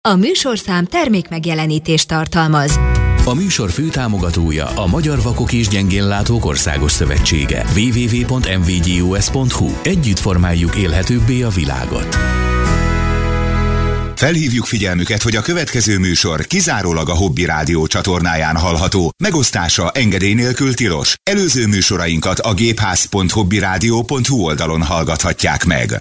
A műsorszám termékmegjelenítést tartalmaz. A műsor főtámogatója a Magyar Vakok és Gyengénlátók Országos Szövetsége. www.mvgus.hu. Együtt formáljuk élhetőbbé a világot. Felhívjuk figyelmüket, hogy a következő műsor kizárólag a Hobby Rádió csatornáján hallható. Megosztása engedély nélkül tilos. Előző műsorainkat a gépház.hobbyradio.hu oldalon hallgathatják meg.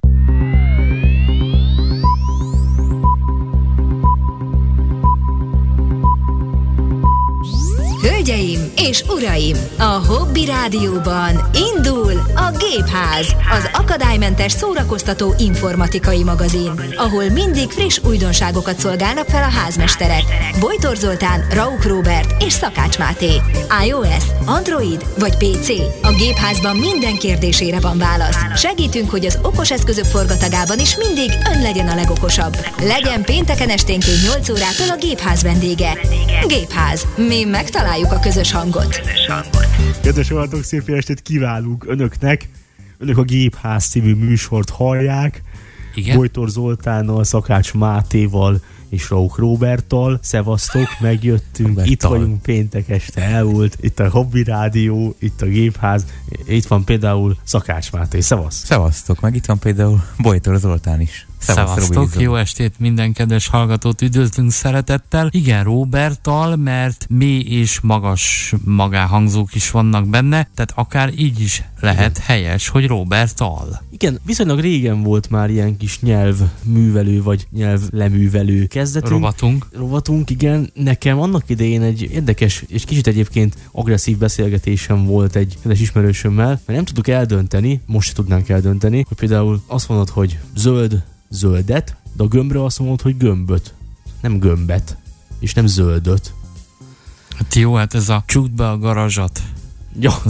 Hölgyeim és uraim, a Hobby Rádióban indul a Gépház, az akadálymentes szórakoztató informatikai magazin, ahol mindig friss újdonságokat szolgálnak fel a házmesterek. Bojtor Zoltán, Rauch Róbert és Szakács Máté. iOS, Android vagy PC? A Gépházban minden kérdésére van válasz. Segítünk, hogy az okos eszközök forgatagában is mindig ön legyen a legokosabb. Legyen pénteken esténként 8 órától a Gépház vendége. Gépház. Mi megtaláljuk a közös hangot. Kedves hallgatók, szép jó estét kívánunk önöknek. Önök a Gépház című műsort hallják. Igen? Bojtor Zoltánnal, Szakács Mátéval és Rauch Róberttal. Szevasztok, megjöttünk. Itt vagyunk péntek este, elmúlt. Itt a Hobby Rádió, itt a Gépház. Itt van például Szakács Máté. Szevasz! Szevasztok, meg itt van például Bojtor Zoltán is. Szevasztok, jó estét minden kedves hallgatót üdvözlünk szeretettel. Igen, Róberttal, mert mély és magas magáhangzók is vannak benne, tehát akár így is lehet helyes, hogy Róberttal. Igen, viszonylag régen volt már ilyen kis nyelvművelő vagy nyelvleművelő kezdetünk. Rovatunk, igen. Nekem annak idején egy érdekes és kicsit egyébként agresszív beszélgetésem volt egy kedves ismerősömmel, mert nem tudtuk eldönteni, most se tudnánk eldönteni, hogy például azt mondod, hogy zöldet, de a gömbről azt mondod, hogy gömböt. Nem gömbet, és nem zöldöt. Hát jó, hát ez a csukd be a garazsat. Ja. Az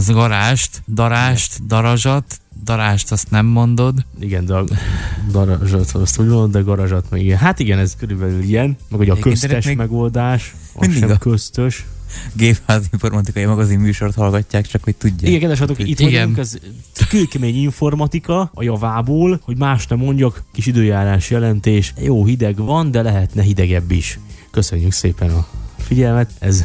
darást azt nem mondod. Igen, de a darazsat azt úgy mondod, de garazsat meg igen. Hát igen, ez körülbelül ilyen. Meg hogy a köztes megoldás, az sem köztös. Gépház informatikai magazin műsort hallgatják, csak hogy tudják. Igen, kedves hallgatók, itt vagyunk, ez kőkemény informatika a javából, hogy más nem mondjak, kis időjárás jelentés. Jó hideg van, de lehetne hidegebb is. Köszönjük szépen a figyelmet, ez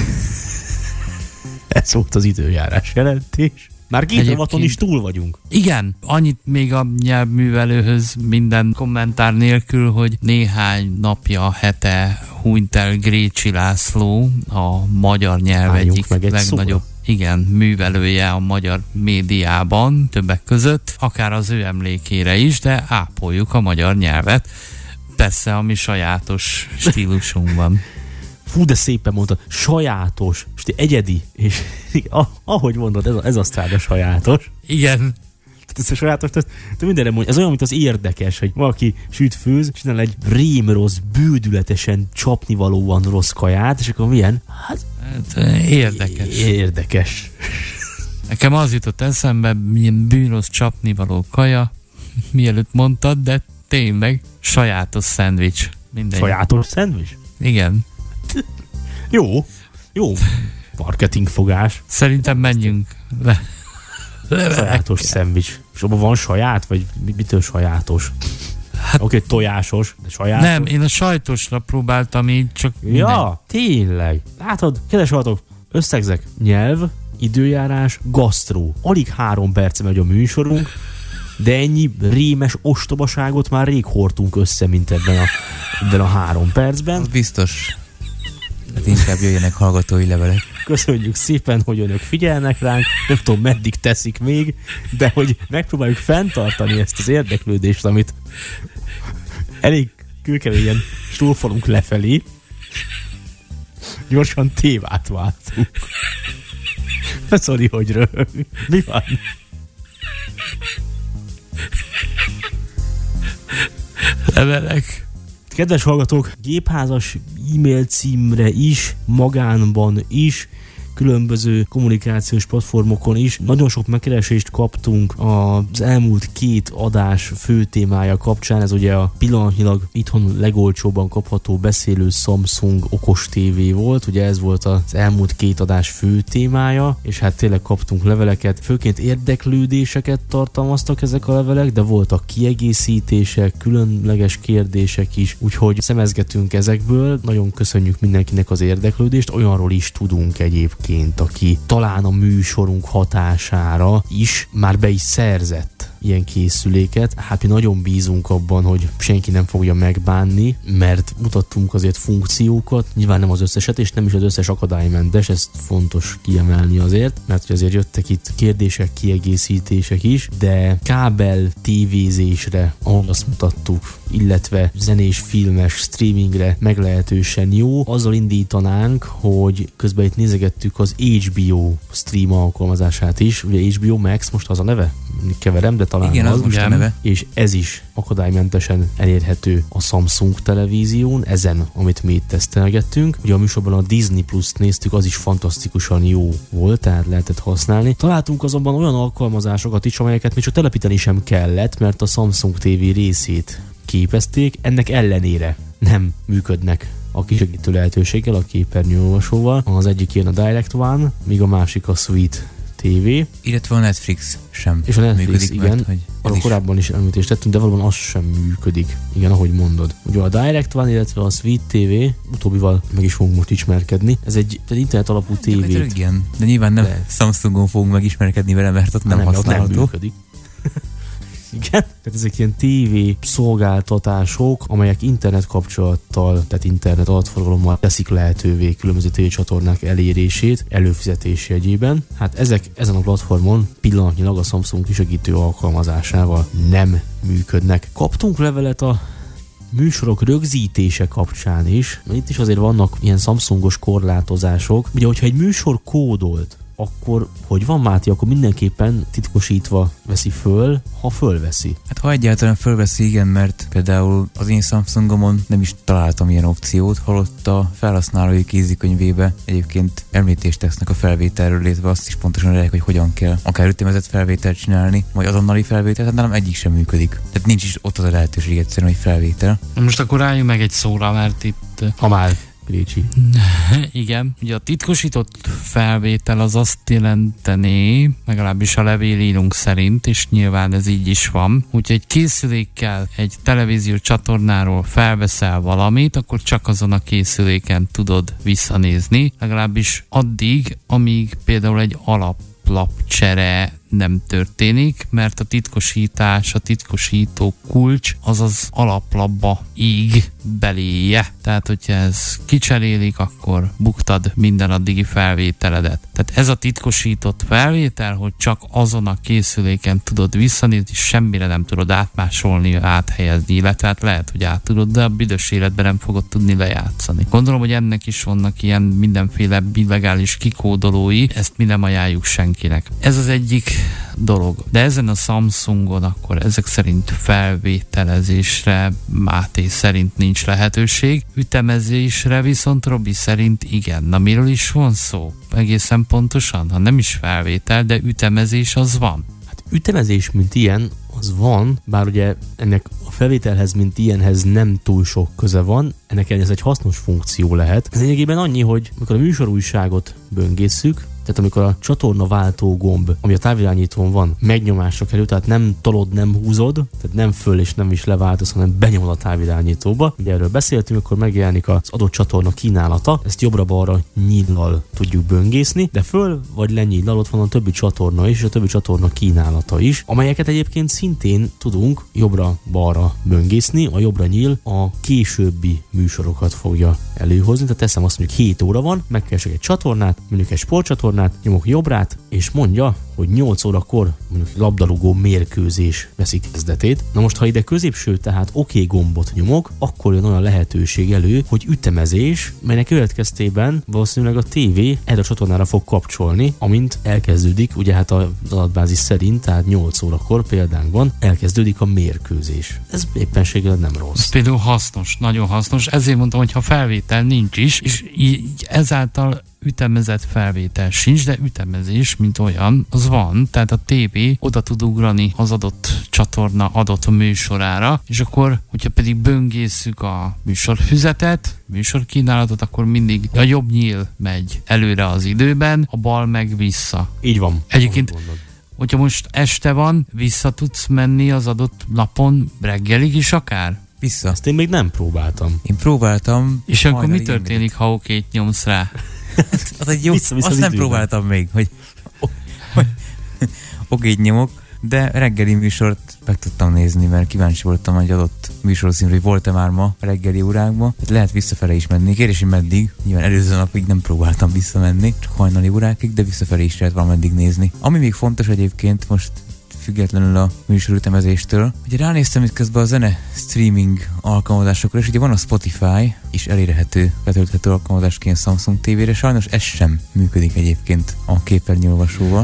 volt az időjárás jelentés. Már 2 rovaton is túl vagyunk. Igen, annyit még a nyelvművelőhöz minden kommentár nélkül, hogy néhány napja, hete hunyt el Grécsi László, a magyar nyelv egyik legnagyobb művelője a magyar médiában, többek között, akár az ő emlékére is, de ápoljuk a magyar nyelvet. Persze a mi sajátos stílusunkban. Fú, de szépen mondtad, sajátos, és egyedi, és ahogy mondod, ez aztán a sajátos. Igen. Tehát ez a sajátos, te mindenre mondja, ez olyan, mint az érdekes, hogy valaki süt-főz, és csinál egy rém-rossz, bődületesen csapnivalóan rossz kaját, és akkor milyen? Hát érdekes. Érdekes. Nekem az jutott eszembe, milyen bűnrossz csapnivaló kaja, mielőtt mondtad, de tényleg sajátos szendvics. Mindegy. Sajátos szendvics? Igen. Jó marketingfogás. Szerintem menjünk le. Sajátos szendvics. És abban van saját? Vagy mitől sajátos? Hát, Oké, tojásos, de sajátos. Nem, én a sajtosra próbáltam így, csak ja, tényleg. Látod, kedves hallgatók, összegzek. Nyelv, időjárás, gasztró. Alig 3 perce megy a műsorunk, de ennyi rémes ostobaságot már rég hordtunk össze, mint ebben a 3 percben. Az biztos. Hát inkább jöjjenek hallgatói levelek. Köszönjük szépen, hogy önök figyelnek ránk, nem tudom meddig teszik még, de hogy megpróbáljuk fenntartani ezt az érdeklődést, amit elég kőkeményen stúlfalunk lefelé. Gyorsan tévát váltunk. Sorry, hogy röhög. Mi van? Levelek. Kedves hallgatók, gépházas e-mail címre is, magánban is különböző kommunikációs platformokon is. Nagyon sok megkeresést kaptunk az elmúlt 2 adás fő témája kapcsán. Ez ugye a pillanatnyilag itthon legolcsóbban kapható beszélő Samsung okos TV volt. Ugye ez volt az elmúlt 2 adás fő témája, és hát tényleg kaptunk leveleket. Főként érdeklődéseket tartalmaztak ezek a levelek, de voltak kiegészítések, különleges kérdések is, úgyhogy szemezgetünk ezekből. Nagyon köszönjük mindenkinek az érdeklődést. Olyanról is tudunk egyébként, aki talán a műsorunk hatására is már be is szerzett ilyen készüléket. Hát mi nagyon bízunk abban, hogy senki nem fogja megbánni, mert mutattunk azért funkciókat, nyilván nem az összeset, és nem is az összes akadálymentes, ezt fontos kiemelni azért, mert azért jöttek itt kérdések, kiegészítések is, de kábel tévézésre, ahol azt mutattuk, illetve zenés, filmes, streamingre meglehetősen jó. Azzal indítanánk, hogy közben itt nézegettük az HBO stream alkalmazását is, ugye HBO Max most az a neve? Keverem, de talán igen, az most a neve. És ez is akadálymentesen elérhető a Samsung televízión, ezen, amit mi itt tesztelgettünk. Ugye a műsorban a Disney Plus-t néztük, az is fantasztikusan jó volt, tehát lehetett használni. Találtunk azonban olyan alkalmazásokat is, amelyeket még csak telepíteni sem kellett, mert a Samsung TV részét képezték, ennek ellenére nem működnek a kisegítő lehetőséggel, a képernyőolvasóval. Az egyik ilyen a Direct One, míg a másik a Sweet TV. Illetve a Netflix sem. És a Netflix, működik, igen. Mert, arról korábban is említést tettünk, de valóban az sem működik. Igen, ahogy mondod. Ugye a Direct One, illetve a Sweet TV, utóbbival meg is fogunk most ismerkedni. Ez egy internet alapú tévét. Igen, de nyilván nem Samsungon fogunk megismerkedni vele, mert ott nem használható. Nem működik. Igen. Tehát ezek ilyen TV szolgáltatások, amelyek internet kapcsolattal, tehát internet adatforgalommal teszik lehetővé különböző tévécsatornák elérését előfizetés jegyében. Hát ezek ezen a platformon pillanatnyilag a Samsung kisegítő alkalmazásával nem működnek. Kaptunk levelet a műsorok rögzítése kapcsán is. Itt is azért vannak ilyen Samsungos korlátozások. Ugye, hogyha egy műsor kódolt, akkor hogy van, Máté, akkor mindenképpen titkosítva veszi föl, ha fölveszi. Hát ha egyáltalán fölveszi, igen, mert például az én Samsungomon nem is találtam ilyen opciót, holott a felhasználói kézikönyvébe egyébként említést tesznek a felvételről, illetve azt is pontosan lehet, hogy hogyan kell akár ütemezett felvételt csinálni, vagy azonnali felvételt, hát nálam egyik sem működik. Tehát nincs is ott az a lehetőség egyszerűen, hogy felvétel. Most akkor álljunk meg egy szóra, mert itt... Ha már Grécsi. Igen, ugye a titkosított felvétel az azt jelenteni, legalábbis a levélírunk szerint, és nyilván ez így is van, hogy egy készülékkel egy televízió csatornáról felveszel valamit, akkor csak azon a készüléken tudod visszanézni, legalábbis addig, amíg például egy alaplapcsere nem történik, mert a titkosítás, a titkosító kulcs az az alaplapba íg beléje. Tehát, hogyha ez kicserélik, akkor buktad minden addigi felvételedet. Tehát ez a titkosított felvétel, hogy csak azon a készüléken tudod visszanézni, és semmire nem tudod átmásolni, áthelyezni, illetve hát lehet, hogy át tudod, de a büdös életben nem fogod tudni lejátszani. Gondolom, hogy ennek is vannak ilyen mindenféle illegális kikódolói, ezt mi nem ajánljuk senkinek. Ez az egyik dolog. De ezen a Samsungon akkor ezek szerint felvételezésre Máté szerint nincs lehetőség, ütemezésre viszont Robi szerint igen. Na miről is van szó? Egészen pontosan, ha nem is felvétel, de ütemezés az van. Hát ütemezés, mint ilyen, az van, bár ugye ennek a felvételhez, mint ilyenhez nem túl sok köze van, ennek ez egy hasznos funkció lehet. Ez lényegében annyi, hogy amikor a műsorújságot böngészszük, tehát amikor a csatornaváltó gomb, ami a távirányítón van, megnyomásra kerül, tehát nem tolod, nem húzod, tehát nem föl és nem is leváltasz, hanem benyomod a távirányítóba. Ugye erről beszéltünk, akkor megjelenik az adott csatorna kínálata, ezt jobbra-balra nyíllal tudjuk böngészni, de föl vagy lenyíllal ott van a többi csatorna is, és a többi csatorna kínálata is, amelyeket egyébként szintén tudunk jobbra-balra böngészni. A jobbra nyíl a későbbi műsorokat fogja előhozni, tehát teszem azt, mondjuk 7 óra van, megkeresek egy csatornát, mondjuk egy sportcsatornát, nyomok jobbrát, és mondja, hogy 8 órakor mondjuk labdarúgó mérkőzés veszi kezdetét. Na most, ha ide középső, tehát oké gombot nyomok, akkor jön olyan lehetőség elő, hogy ütemezés, melynek következtében valószínűleg a tévé erre a csatornára fog kapcsolni, amint elkezdődik, ugye hát az adatbázis szerint, tehát 8 órakor példánkban elkezdődik a mérkőzés. Ez éppenséggel nem rossz. Ez például hasznos, nagyon hasznos, ezért mondtam, hogy ha felvétel nincs is, és így ezáltal ütemezett felvétel sincs, de ütemezés, mint olyan, az van, tehát a tévé oda tud ugrani az adott csatorna adott műsorára, és akkor, hogyha pedig böngészük a műsorfüzetet, műsorkínálatot, akkor mindig a jobb nyíl megy előre az időben, a bal meg vissza. Így van. Egyébként, hogyha most este van, vissza tudsz menni az adott napon reggelig is akár? Vissza. Ezt én még nem próbáltam. Én próbáltam. És akkor mi történik, ha okét nyomsz rá? Az egy jó, azt nem próbáltam még, hogy okét nyomok, de reggeli műsort meg tudtam nézni, mert kíváncsi voltam, hogy adott műsorszínű, hogy volt-e már ma a reggeli órákban. Tehát lehet visszafele is menni. Kérdés, hogy meddig. Nyilván előző napig nem próbáltam visszamenni, csak hajnali órákig, de visszafele is lehet valameddig nézni. Ami még fontos egyébként most függetlenül a műsorütemezéstől, hogy ránéztem itt közben a zene streaming alkalmazásokra, és ugye van a Spotify is elérhető, betölthető alkalmazásként Samsung TV-re, sajnos ez sem működik egyébként a képernyőolvasóval.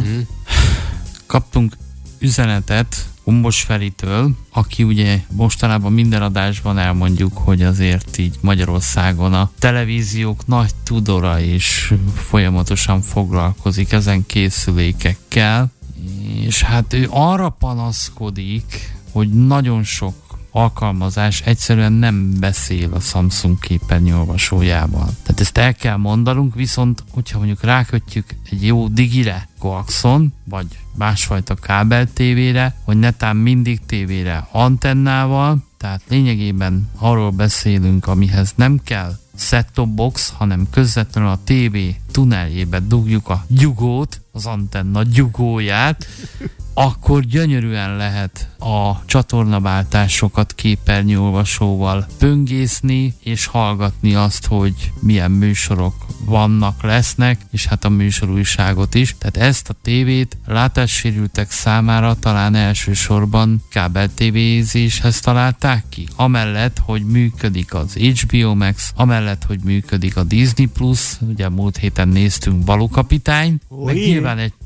Kaptunk üzenetet Gombos Feritől, aki ugye mostanában minden adásban elmondjuk, hogy azért így Magyarországon a televíziók nagy tudora és folyamatosan foglalkozik ezen készülékekkel, és hát ő arra panaszkodik, hogy nagyon sok alkalmazás egyszerűen nem beszél a Samsung képernyőolvasójában. Tehát ezt el kell mondanunk, viszont hogyha mondjuk rákötjük egy jó digire, coaxon, vagy másfajta kábel tévére, vagy netán mindig tévére antennával, tehát lényegében arról beszélünk, amihez nem kell set-top box, hanem közvetlenül a tévé tuneljébe dugjuk a gyugót, az antenna gyugóját, akkor gyönyörűen lehet a csatornaváltásokat képernyőolvasóval böngészni, és hallgatni azt, hogy milyen műsorok vannak, lesznek, és hát a műsorújságot is. Tehát ezt a tévét látássérültek számára talán elsősorban kábeltévézéshez találták ki. Amellett, hogy működik az HBO Max, amellett, hogy működik a Disney Plus, ugye múlt héten néztünk Balú kapitány, meg nyilván egy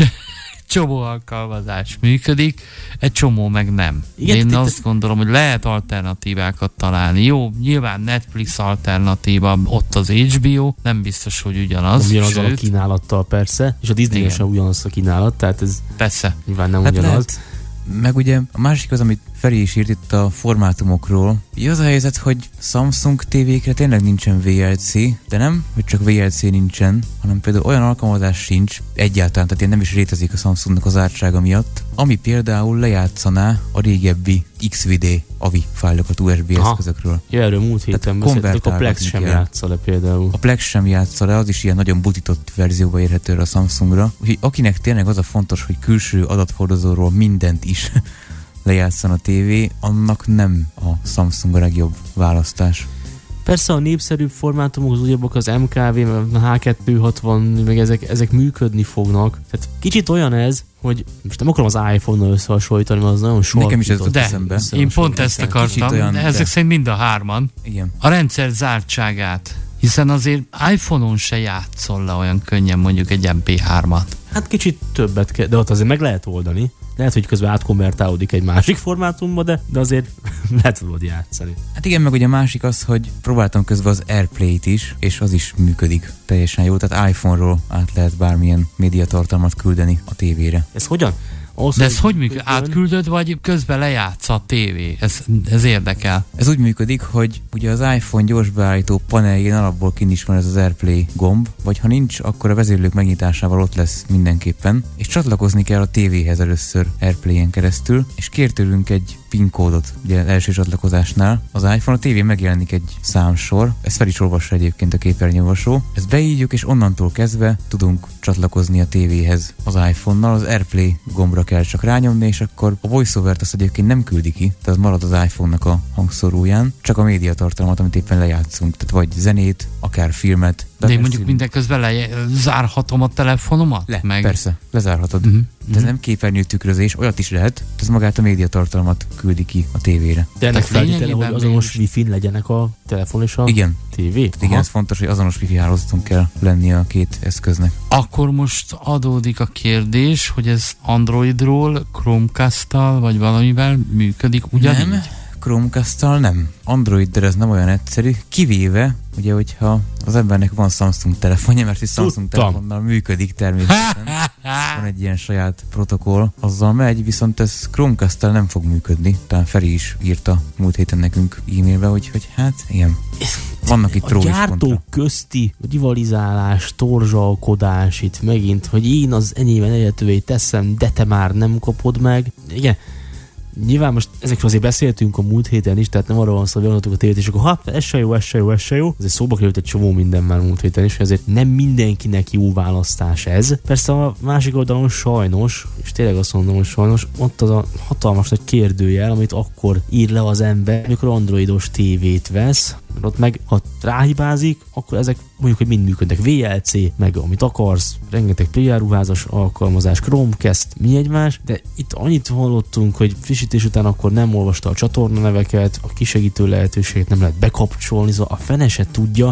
csomó alkalmazás működik, egy csomó meg nem. Igen, én azt gondolom, hogy lehet alternatívákat találni. Jó, nyilván Netflix alternatíva, ott az HBO, nem biztos, hogy ugyanaz. Ugyanazzal a kínálattal persze, és a Disney sem ugyanaz a kínálat, tehát ez persze. Nyilván nem ugyanaz. Lehet. Meg ugye a másik az, amit Feri is írt itt a formátumokról. Így az a helyzet, hogy Samsung tévékre tényleg nincsen VLC, de nem, hogy csak VLC nincsen, hanem például olyan alkalmazás sincs egyáltalán, tehát nem is létezik a Samsungnak az ártsága miatt, ami például lejátszaná a régebbi XVD AVI fájlokat USB eszközökről. Ja, erről múlt héten beszéltük, a Plex sem játsza le például. A Plex sem játsza le, az is ilyen nagyon butított verzióba érhető a Samsungra. Úgyhogy akinek tényleg az a fontos, hogy külső adathordozóról mindent is lejátszan a tévé, annak nem a Samsung a legjobb választás. Persze a népszerűbb formátumok, az újabbak, az MKV, a H260, meg ezek működni fognak. Tehát kicsit olyan ez, hogy most nem akarom az iPhone-nal összehasonlítani, mert az nagyon sarkított. Nekem is ez jutott eszembe. Én pont ezt akartam, olyan, de ezek szerint mind a hárman. Igen. A rendszer zártságát, hiszen azért iPhone-on se játszol le olyan könnyen mondjuk egy MP3-at. Hát kicsit többet kell, de ott azért meg lehet oldani. Lehet, hogy közben átkonvertálódik egy másik formátumba, de azért lehet tudod játszani. Hát igen, meg ugye a másik az, hogy próbáltam közben az AirPlay-t is, és az is működik teljesen jó. Tehát iPhone-ról át lehet bármilyen médiatartalmat küldeni a tévére. Ez hogyan? De ez hogy működik? Átküldöd, vagy közben lejátsza a tévé? Ez érdekel. Ez úgy működik, hogy ugye az iPhone gyorsbeállító paneljén alapból kint is van ez az AirPlay gomb, vagy ha nincs, akkor a vezérlők megnyitásával ott lesz mindenképpen, és csatlakozni kell a tévéhez először AirPlay-en keresztül, és kér tőlünk egy PIN kódot, ugye az első csatlakozásnál. Az iPhone, a tévén megjelenik egy számsor, ezt fel is olvassa egyébként a képernyőolvasó. Ezt beírjuk, és onnantól kezdve tudunk csatlakozni a tévéhez az iPhone-nal. Az AirPlay gombra kell csak rányomni, és akkor a VoiceOver-t azt egyébként nem küldi ki, tehát marad az iPhone-nak a hangszoróján, csak a médiatartalmat, amit éppen lejátszunk, tehát vagy zenét, akár filmet. De én mondjuk mindeközben lezárhatom a telefonomat? Persze, lezárhatod. De ez nem képernyőtükrözés, olyat is lehet, ez magát a médiatartalmat küldi ki a tévére. De ennek feltétele, hogy azonos Wi-Fi legyenek a telefon és a tévé? Igen, ez fontos, hogy azonos Wi-Fi hálózaton kell lennie a két eszköznek. Akkor most adódik a kérdés, hogy ez Androidról, Chromecast-tal vagy valamivel működik ugyanígy? Nem. Chromecast-tal nem. Androiddal ez nem olyan egyszerű, kivéve, ugye, hogyha az embernek van Samsung telefonja, mert egy Samsung telefonnal működik természetesen. Van egy ilyen saját protokoll, azzal megy, viszont ez Chromecast-tel nem fog működni. Talán Feri is írta múlt héten nekünk e-mailbe, hogy hát igen. Vannak itt a gyártók közti rivalizálás, torzsalkodás itt megint, hogy én az enyémen egyetővé teszem, de te már nem kapod meg. Igen, nyilván most ezekről azért beszéltünk a múlt héten is, tehát nem arra van szó, hogy beadhatunk a tévét, és akkor ez se jó. Azért szóba került egy csomó minden már múlt héten is, ezért nem mindenkinek jó választás ez. Persze a másik oldalon sajnos, és tényleg azt mondom, hogy sajnos, ott az a hatalmas nagy kérdőjel, amit akkor ír le az ember, amikor androidos tévét vesz, mert ott meg, ha ráhibázik, akkor ezek mondjuk, hogy mind működnek. VLC, meg amit akarsz, rengeteg pléjáruházas alkalmazás, Chromecast, mi egymás, de itt annyit hallottunk, hogy frissítés után akkor nem olvasta a csatorna neveket, a kisegítő lehetőséget nem lehet bekapcsolni, szóval a fene se tudja.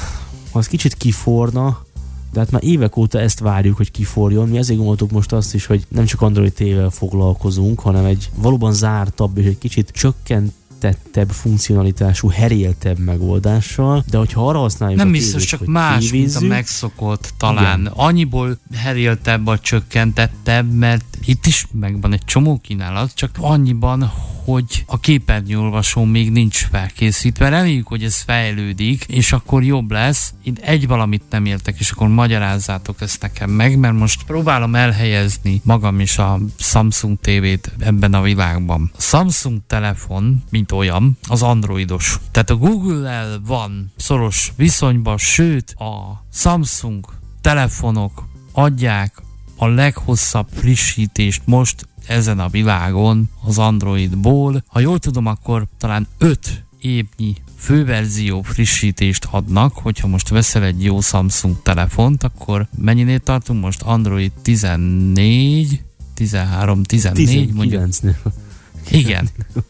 Ha az kicsit kiforna, de hát már évek óta ezt várjuk, hogy kiforjon. Mi ezért gondoltuk most azt is, hogy nem csak Android TV-vel foglalkozunk, hanem egy valóban zártabb és egy kicsit csökkentettebb funkcionalitású, heréltebb megoldással, de hogyha arra használjuk nem a biztos, tévét, csak más, tévézzük, mint a megszokott talán. Igen. Annyiból heréltebb a csökkentettebb, mert itt is megvan egy csomó kínálat, csak annyiban, hogy a képernyőolvasó még nincs felkészítve. Reméljük, hogy ez fejlődik, és akkor jobb lesz. Én egy valamit nem értek, és akkor magyarázzátok ezt nekem meg, mert most próbálom elhelyezni magam is a Samsung TV-t ebben a világban. A Samsung telefon, mint olyan, az androidos. Tehát a Google-el van szoros viszonyban, sőt, a Samsung telefonok adják a leghosszabb frissítést most ezen a világon az Androidból. Ha jól tudom, akkor talán 5 évnyi főverzió frissítést adnak, hogyha most veszel egy jó Samsung telefont, akkor mennyinél tartunk most? Android 14, 13, 14 mondjuk. Igen.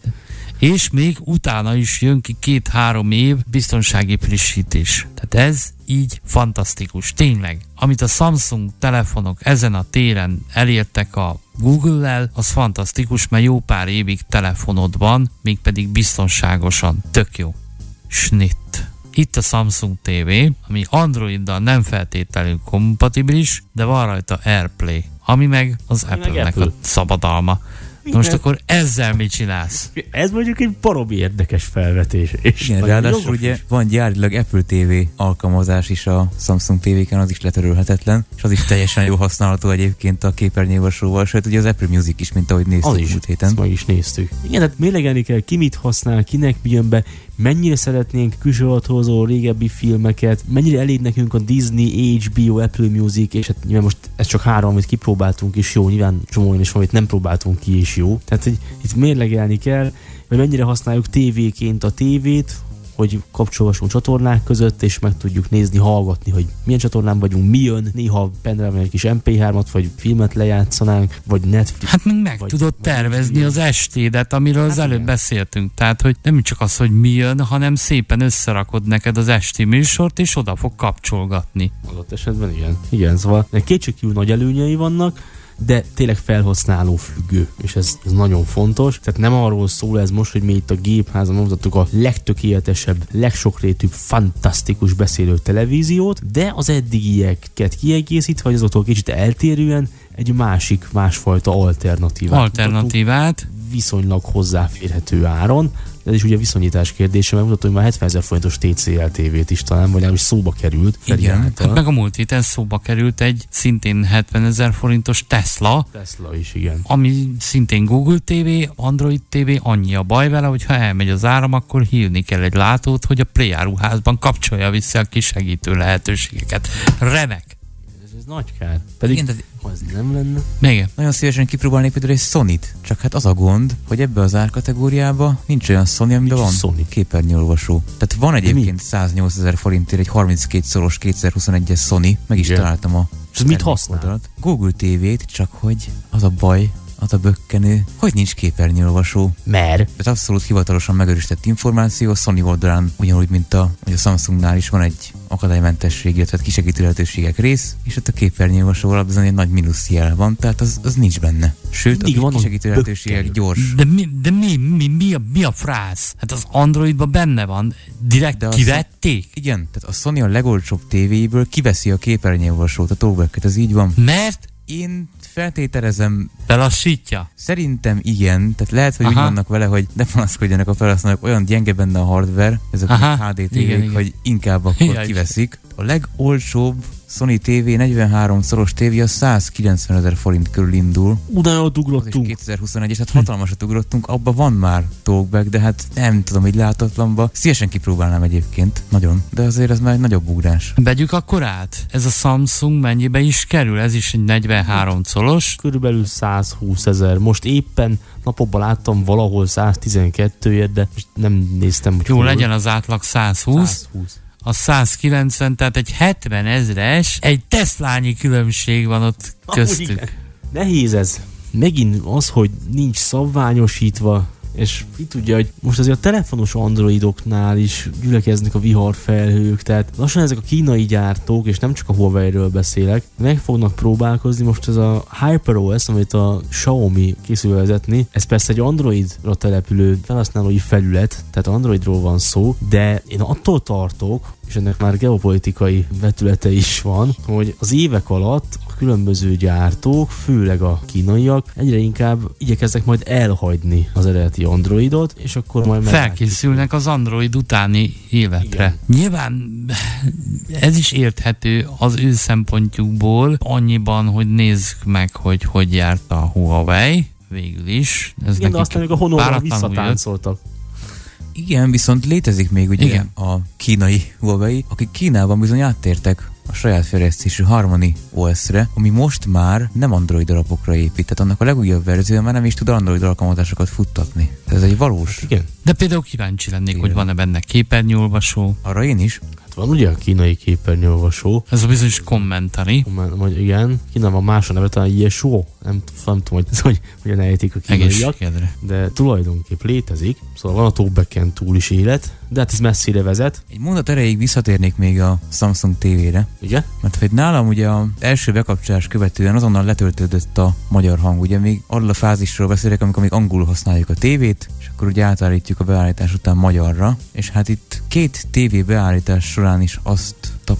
És még utána is jön ki 2-3 év biztonsági frissítés. Tehát ez így fantasztikus. Tényleg, amit a Samsung telefonok ezen a téren elértek a Google-lel, az fantasztikus, mert jó pár évig telefonod van, mégpedig biztonságosan. Tök jó. Schnitt. Itt a Samsung TV, ami Androiddal nem feltétlenül kompatibilis, de van rajta AirPlay, ami meg az Apple-nek a szabadalma. Most akkor ezzel mit csinálsz? Ez mondjuk egy baromi érdekes felvetés. És igen, ráadásul ugye van gyárilag Apple TV alkalmazás is a Samsung TV-ken, az is letörölhetetlen, és az is teljesen jó használható egyébként a képernyőolvasóval, sőt ugye az Apple Music is, mint ahogy néztük múlt héten. Azt meg is néztük. Igen, tehát mérlegelni kell, ki mit használ, kinek mi jön be, mennyire szeretnénk külsőadatozó régebbi filmeket, mennyire elég nekünk a Disney, HBO, Apple Music, és hát nyilván most ez csak 3, amit kipróbáltunk is jó, nyilván csomó olyan is van, amit nem próbáltunk ki is jó. Tehát hogy itt mérlegelni kell, hogy mennyire használjuk tévéként a tévét, hogy kapcsolgassunk csatornák között, és meg tudjuk nézni, hallgatni, hogy milyen csatornán vagyunk, mi jön, néha pendrive egy kis MP3-at, vagy filmet lejátszanánk, vagy Netflix. Hát meg tudod tervezni az estédet, amiről az előbb beszéltünk. Tehát, hogy nem csak az, hogy mi jön, hanem szépen összerakod neked az esti műsort, és oda fog kapcsolgatni. Adott esetben igen. Igen, szóval kétségkívül nagy előnyei vannak, de tényleg felhasználó függő, és ez nagyon fontos. Tehát nem arról szól ez most, hogy mi itt a gépházon mutattuk a legtökéletesebb, legsokrétűbb, fantasztikus beszélő televíziót, de az eddigieket kiegészítve, vagy azoktól kicsit eltérően egy másfajta alternatívát viszonylag hozzáférhető áron. Ez is ugye viszonyítás kérdése, mert mutatom, hogy már 70 000 forintos TCL TV-t is talán, vagy legalábbis szóba került. Igen, hát meg a múlt héten szóba került egy szintén 70 000 forintos Tesla. Tesla is, igen. Ami szintén Google TV, Android TV, annyi a baj vele, hogy ha elmegy az áram, akkor hívni kell egy látót, hogy a pléjáruházban kapcsolja vissza a kisegítő lehetőségeket. Remek! Ez nagy kár. Pedig igen, az nem lenne. Igen. Nagyon szívesen kipróbálnék például egy Sony-t, csak hát az a gond, hogy ebbe az árkategóriába nincs olyan Sony, amiben van képernyőolvasó. Tehát van egyébként 108 000 forintért egy 32 szoros 2021-es Sony, meg is találtam a és mit használ? Google TV-t, csak hogy az a baj, hat a bökkenő, hogy nincs képernyőolvasó. Mert? Ez abszolút hivatalosan megerősített információ, a Sony oldalán ugyanúgy, mint a Samsungnál is van egy akadálymentesség, illetve kisegítő lehetőségek rész, és ott a képernyőolvasó alatt bizony egy nagy mínusz jel van, tehát az nincs benne. Sőt, a kisegítő lehetőségek gyors. De mi a frász? Hát az Androidban benne van, direkt kivették? Igen, tehát a Sony a legolcsóbb tévéiből kiveszi a képernyőolvasót, a talkbacket, ez így van. Mert? Én feltételezem... Belassítja? Szerintem igen, tehát lehet, hogy úgy vannak vele, hogy ne panaszkodjanak a felhasználók, olyan gyenge benne a hardware, ezek a HD tévék, hogy inkább akkor kiveszik. A legolcsóbb Sony TV 43 szoros tévé a 190 000 forint körül indul. Ugyanott ugrottunk. 2021, és hát hatalmasat ugrottunk, abban van már talkback, de hát nem tudom, így látatlanba. Szívesen kipróbálnám egyébként, nagyon, de azért ez már egy nagyobb ugrás. Vegyük akkor át. Ez a Samsung mennyibe is kerül? Ez is egy 43 colos. Körülbelül 120 000. Most éppen napokban láttam valahol 112-ért, de most nem néztem, hogy jó, legyen az átlag 120. A 190, tehát egy 70 000-es, egy Teslányi különbség van ott köztük. Nehéz ez. Megint az, hogy nincs szabványosítva, és így tudja, hogy most azért a telefonos androidoknál is gyülekeznek a viharfelhők, tehát lassan ezek a kínai gyártók, és nem csak a Huawei-ről beszélek, meg fognak próbálkozni. Most ez a HyperOS, amit a Xiaomi készül vezetni, ez persze egy Androidra települő felhasználói felület, tehát Androidról van szó, de én attól tartok, és ennek már geopolitikai vetülete is van, hogy az évek alatt a különböző gyártók, főleg a kínaiak egyre inkább igyekeznek majd elhagyni az eredeti Androidot, és akkor majd felkészülnek az Android utáni évekre. Igen. Nyilván ez is érthető az ő szempontjukból, annyiban, hogy nézzük meg, hogy járt a Huawei végül is. Ez igen, de aztán még a Honorral visszatáncoltak. Igen, viszont létezik még ugye a kínai Huawei, akik Kínában bizony áttértek a saját fejlesztésű Harmony OS-re, ami most már nem Android alapokra épít, tehát annak a legújabb verziója már nem is tud Android alkalmazásokat futtatni. Ez egy valós. Igen. De például kíváncsi lennék, hogy van-e benne képernyőolvasó. Arra én is. Van ugye a kínai képernyőolvasó. Ez a bizonyos kommentari. Igen, Kínában más a neve, talán Yeshuo. Nem tudom, hogy hogyan ejtik a kínaiak. De tulajdonképp létezik. Szóval van a talkbacken túl is élet, de hát ez messzire vezet. Egy mondat erejéig visszatérnék még a Samsung TV-re. Igen? Mert hogy nálam ugye az első bekapcsolás követően azonnal letöltődött a magyar hang. Ugye még arról a fázisról beszélek, amikor még angolul használjuk a tévét, és akkor ugye átállítjuk a beállítás után magyarra. És hát itt 2 TV beállítás során is azt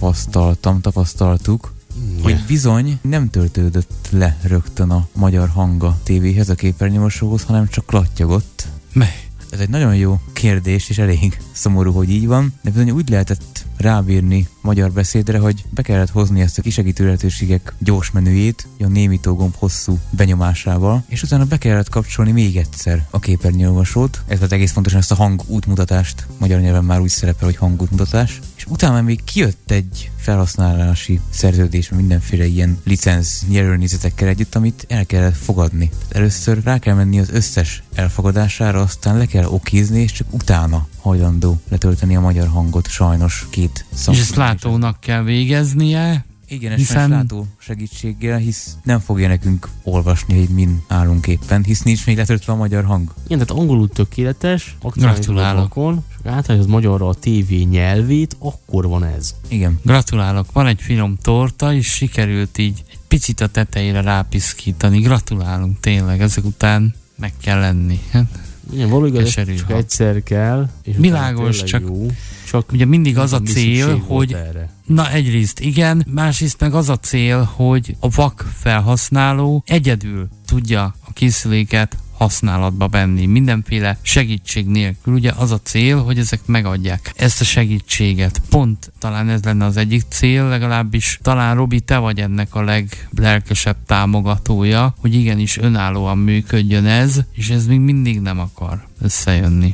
tapasztaltuk, hogy bizony nem töltődött le rögtön a magyar hang a tévéhez, a képernyőolvasóhoz, hanem csak klattyogott. Ez egy nagyon jó kérdés, és elég szomorú, hogy így van, de bizony úgy lehetett rábírni magyar beszédre, hogy be kellett hozni ezt a kisegítő lehetőségek gyors menüjét, a némítógomb hosszú benyomásával, és utána be kellett kapcsolni még egyszer a képernyőolvasót. Ez volt egész fontosan, ezt a hangútmutatást, magyar nyelven már úgy szerepel, hogy hangútmutatás, és utána még kijött egy felhasználási szerződés, mindenféle ilyen licenc nyerőnézetekkel együtt, amit el kellett fogadni. Először rá kell menni az összes elfogadására, aztán le kell okézni, és csak utána hajlandó letölteni a magyar hangot, sajnos 2 szó. És ezt látónak kell végeznie? Igen, hiszen látó segítséggel, hisz nem fogja nekünk olvasni, hogy min állunk éppen, hisz nincs még letöltve a magyar hang. Igen, tehát angolul tökéletes, gratulálok. És általában az magyarra a tévé nyelvét, akkor van ez. Igen. Gratulálok, van egy finom torta, és sikerült így egy picit a tetejére rápiszkítani. Gratulálunk, tényleg, ezek után meg kell lenni. Igen, valójában csak egyszer kell, és világos, csak ugye mindig az a cél, hogy na egyrészt igen, másrészt meg az a cél, hogy a vak felhasználó egyedül tudja a készüléket használatba venni, mindenféle segítség nélkül. Ugye az a cél, hogy ezek megadják ezt a segítséget. Pont talán ez lenne az egyik cél, legalábbis talán Robi, te vagy ennek a leglelkesebb támogatója, hogy igenis önállóan működjön ez, és ez még mindig nem akar összejönni.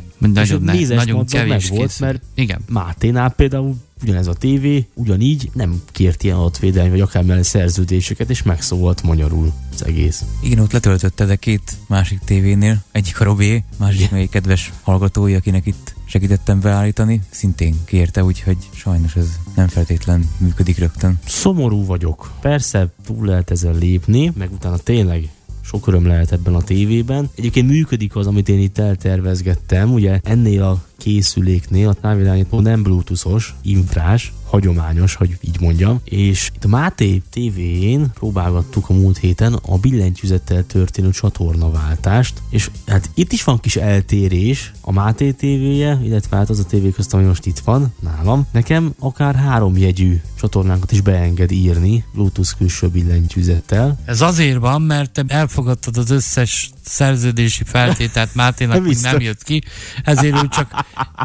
Nagyon kevés volt, mert igen. Máténál például ugyanez a tévé, ugyanígy nem kért ilyen adatvédelmi, vagy akár mellett szerződéseket, és megszólalt magyarul az egész. Igen, ott letöltötte, de 2 másik tévénél, egyik a Robi, másik még egy kedves hallgatója, akinek itt segítettem beállítani, szintén kérte, úgyhogy sajnos ez nem feltétlen működik rögtön. Szomorú vagyok. Persze túl lehet ezen lépni, meg utána tényleg sok öröm lehet ebben a tévében. Egyébként működik az, amit én itt eltervezgettem, ugye ennél a készüléknél a távirányító nem bluetoothos, infrás, hagyományos, hogy így mondjam, és itt a Máté TV-én próbálgattuk a múlt héten a billentyűzettel történő csatornaváltást, és hát itt is van kis eltérés a Máté TV-je, illetve hát az a tévé közt, ami most itt van nálam. Nekem akár 3 jegyű csatornánkat is beenged írni Bluetooth külső billentyűzettel. Ez azért van, mert te elfogadtad az összes szerződési feltételt Máténak, hogy nem jött ki, ezért ő csak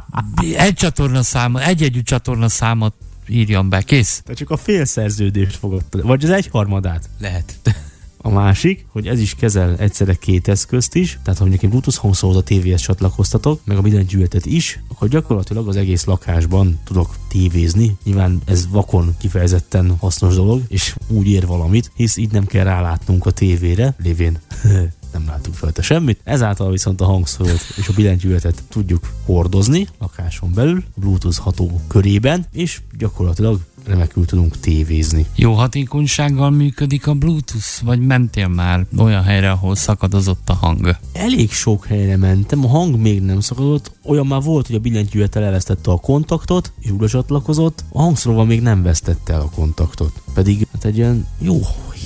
egy jegyű csatornaszámot írjon be, kész. Te csak a fél szerződést fogadtad, vagy az 1/3. Lehet. A másik, hogy ez is kezel egyszerre 2 eszközt is, tehát ha mondjuk én Bluetooth hangszórót a tévéhez csatlakoztatok, meg a billentyűzetet is, akkor gyakorlatilag az egész lakásban tudok tévézni. Nyilván ez vakon kifejezetten hasznos dolog, és úgy ér valamit, hisz így nem kell rálátnunk a tévére, lévén nem látunk rajta semmit. Ezáltal viszont a hangszórót és a billentyűzetet tudjuk hordozni lakáson belül, a Bluetooth ható körében, és gyakorlatilag remekül tudunk tévézni. Jó hatékonysággal működik a Bluetooth, vagy mentél már olyan helyre, ahol szakadozott a hang? Elég sok helyre mentem, a hang még nem szakadott, olyan már volt, hogy a billentyűzettel elvesztette a kontaktot, és újra csatlakozott, a hangszóróval még nem vesztette el a kontaktot. Pedig hát egy olyan jó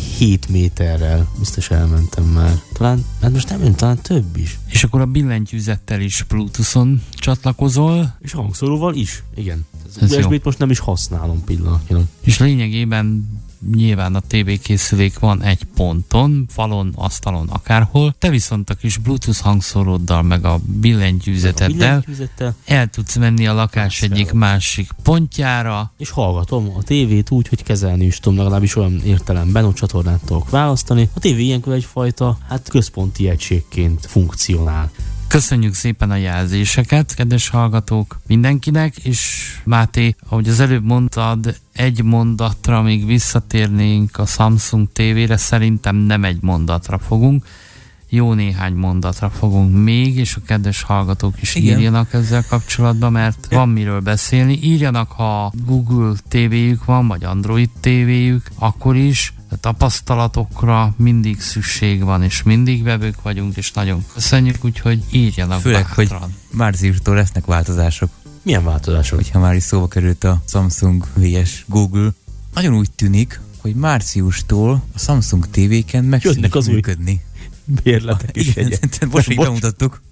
7 méterrel biztos elmentem már. Talán, hát most nem, talán több is. És akkor a billentyűzettel is Bluetooth-on csatlakozol? És a hangszóróval is, igen. Az USB-t most nem is használom pillanatnyilag. És lényegében nyilván a tévékészülék van egy ponton, falon, asztalon, akárhol. Te viszont a kis Bluetooth hangszóróddal, meg a billentyűzeteddel el tudsz menni a lakás egyik másik pontjára. És hallgatom a tévét úgy, hogy kezelni is tudom, legalábbis olyan értelemben, hogy csatornát tudok választani. A tévé ilyenkor egyfajta központi egységként funkcionál. Köszönjük szépen a jelzéseket, kedves hallgatók, mindenkinek, és Máté, ahogy az előbb mondtad, egy mondatra még visszatérnénk a Samsung TV-re, szerintem nem egy mondatra fogunk, jó néhány mondatra fogunk még, és a kedves hallgatók is írjanak ezzel kapcsolatban, mert van miről beszélni. Írjanak, ha Google TV-jük van, vagy Android TV-jük, akkor is. A tapasztalatokra mindig szükség van, és mindig vevők vagyunk, és nagyon köszönjük, úgyhogy írjanak főleg, bátran. hogy márciustól lesznek változások. Milyen változások? Hogyha már is szóba került a Samsung vs Google, nagyon úgy tűnik, hogy márciustól a Samsung TV-ken meg tudnak működni. Bérletek is egyet. Most így bemutattuk.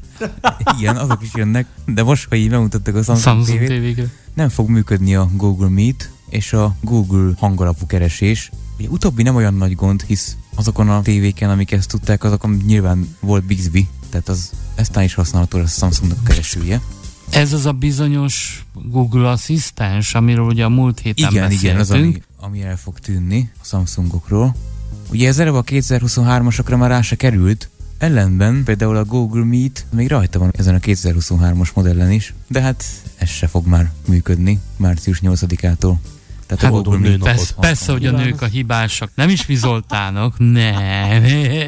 Igen, azok is jönnek, de most, hogy így bemutattuk a Samsung TV-t, nem fog működni a Google Meet és a Google hangalapú keresés. Ugye utóbbi nem olyan nagy gond, hisz azokon a tévéken, amik ezt tudták, azokon nyilván volt Bixby, tehát az eztán is használható lesz a Samsungnak a keresője. Ez az a bizonyos Google Asszisztens, amiről ugye a múlt héten beszéltünk. Igen, az, ami el fog tűnni a Samsungokról. Ugye ez előbb a 2023-asokra már rá se került, ellenben például a Google Meet még rajta van ezen a 2023-as modellen is, de hát ez se fog már működni március 8-ától. Tehát hát a Google Meet persze, hogy a nők a hibásak. Nem is vizoltának. Nem.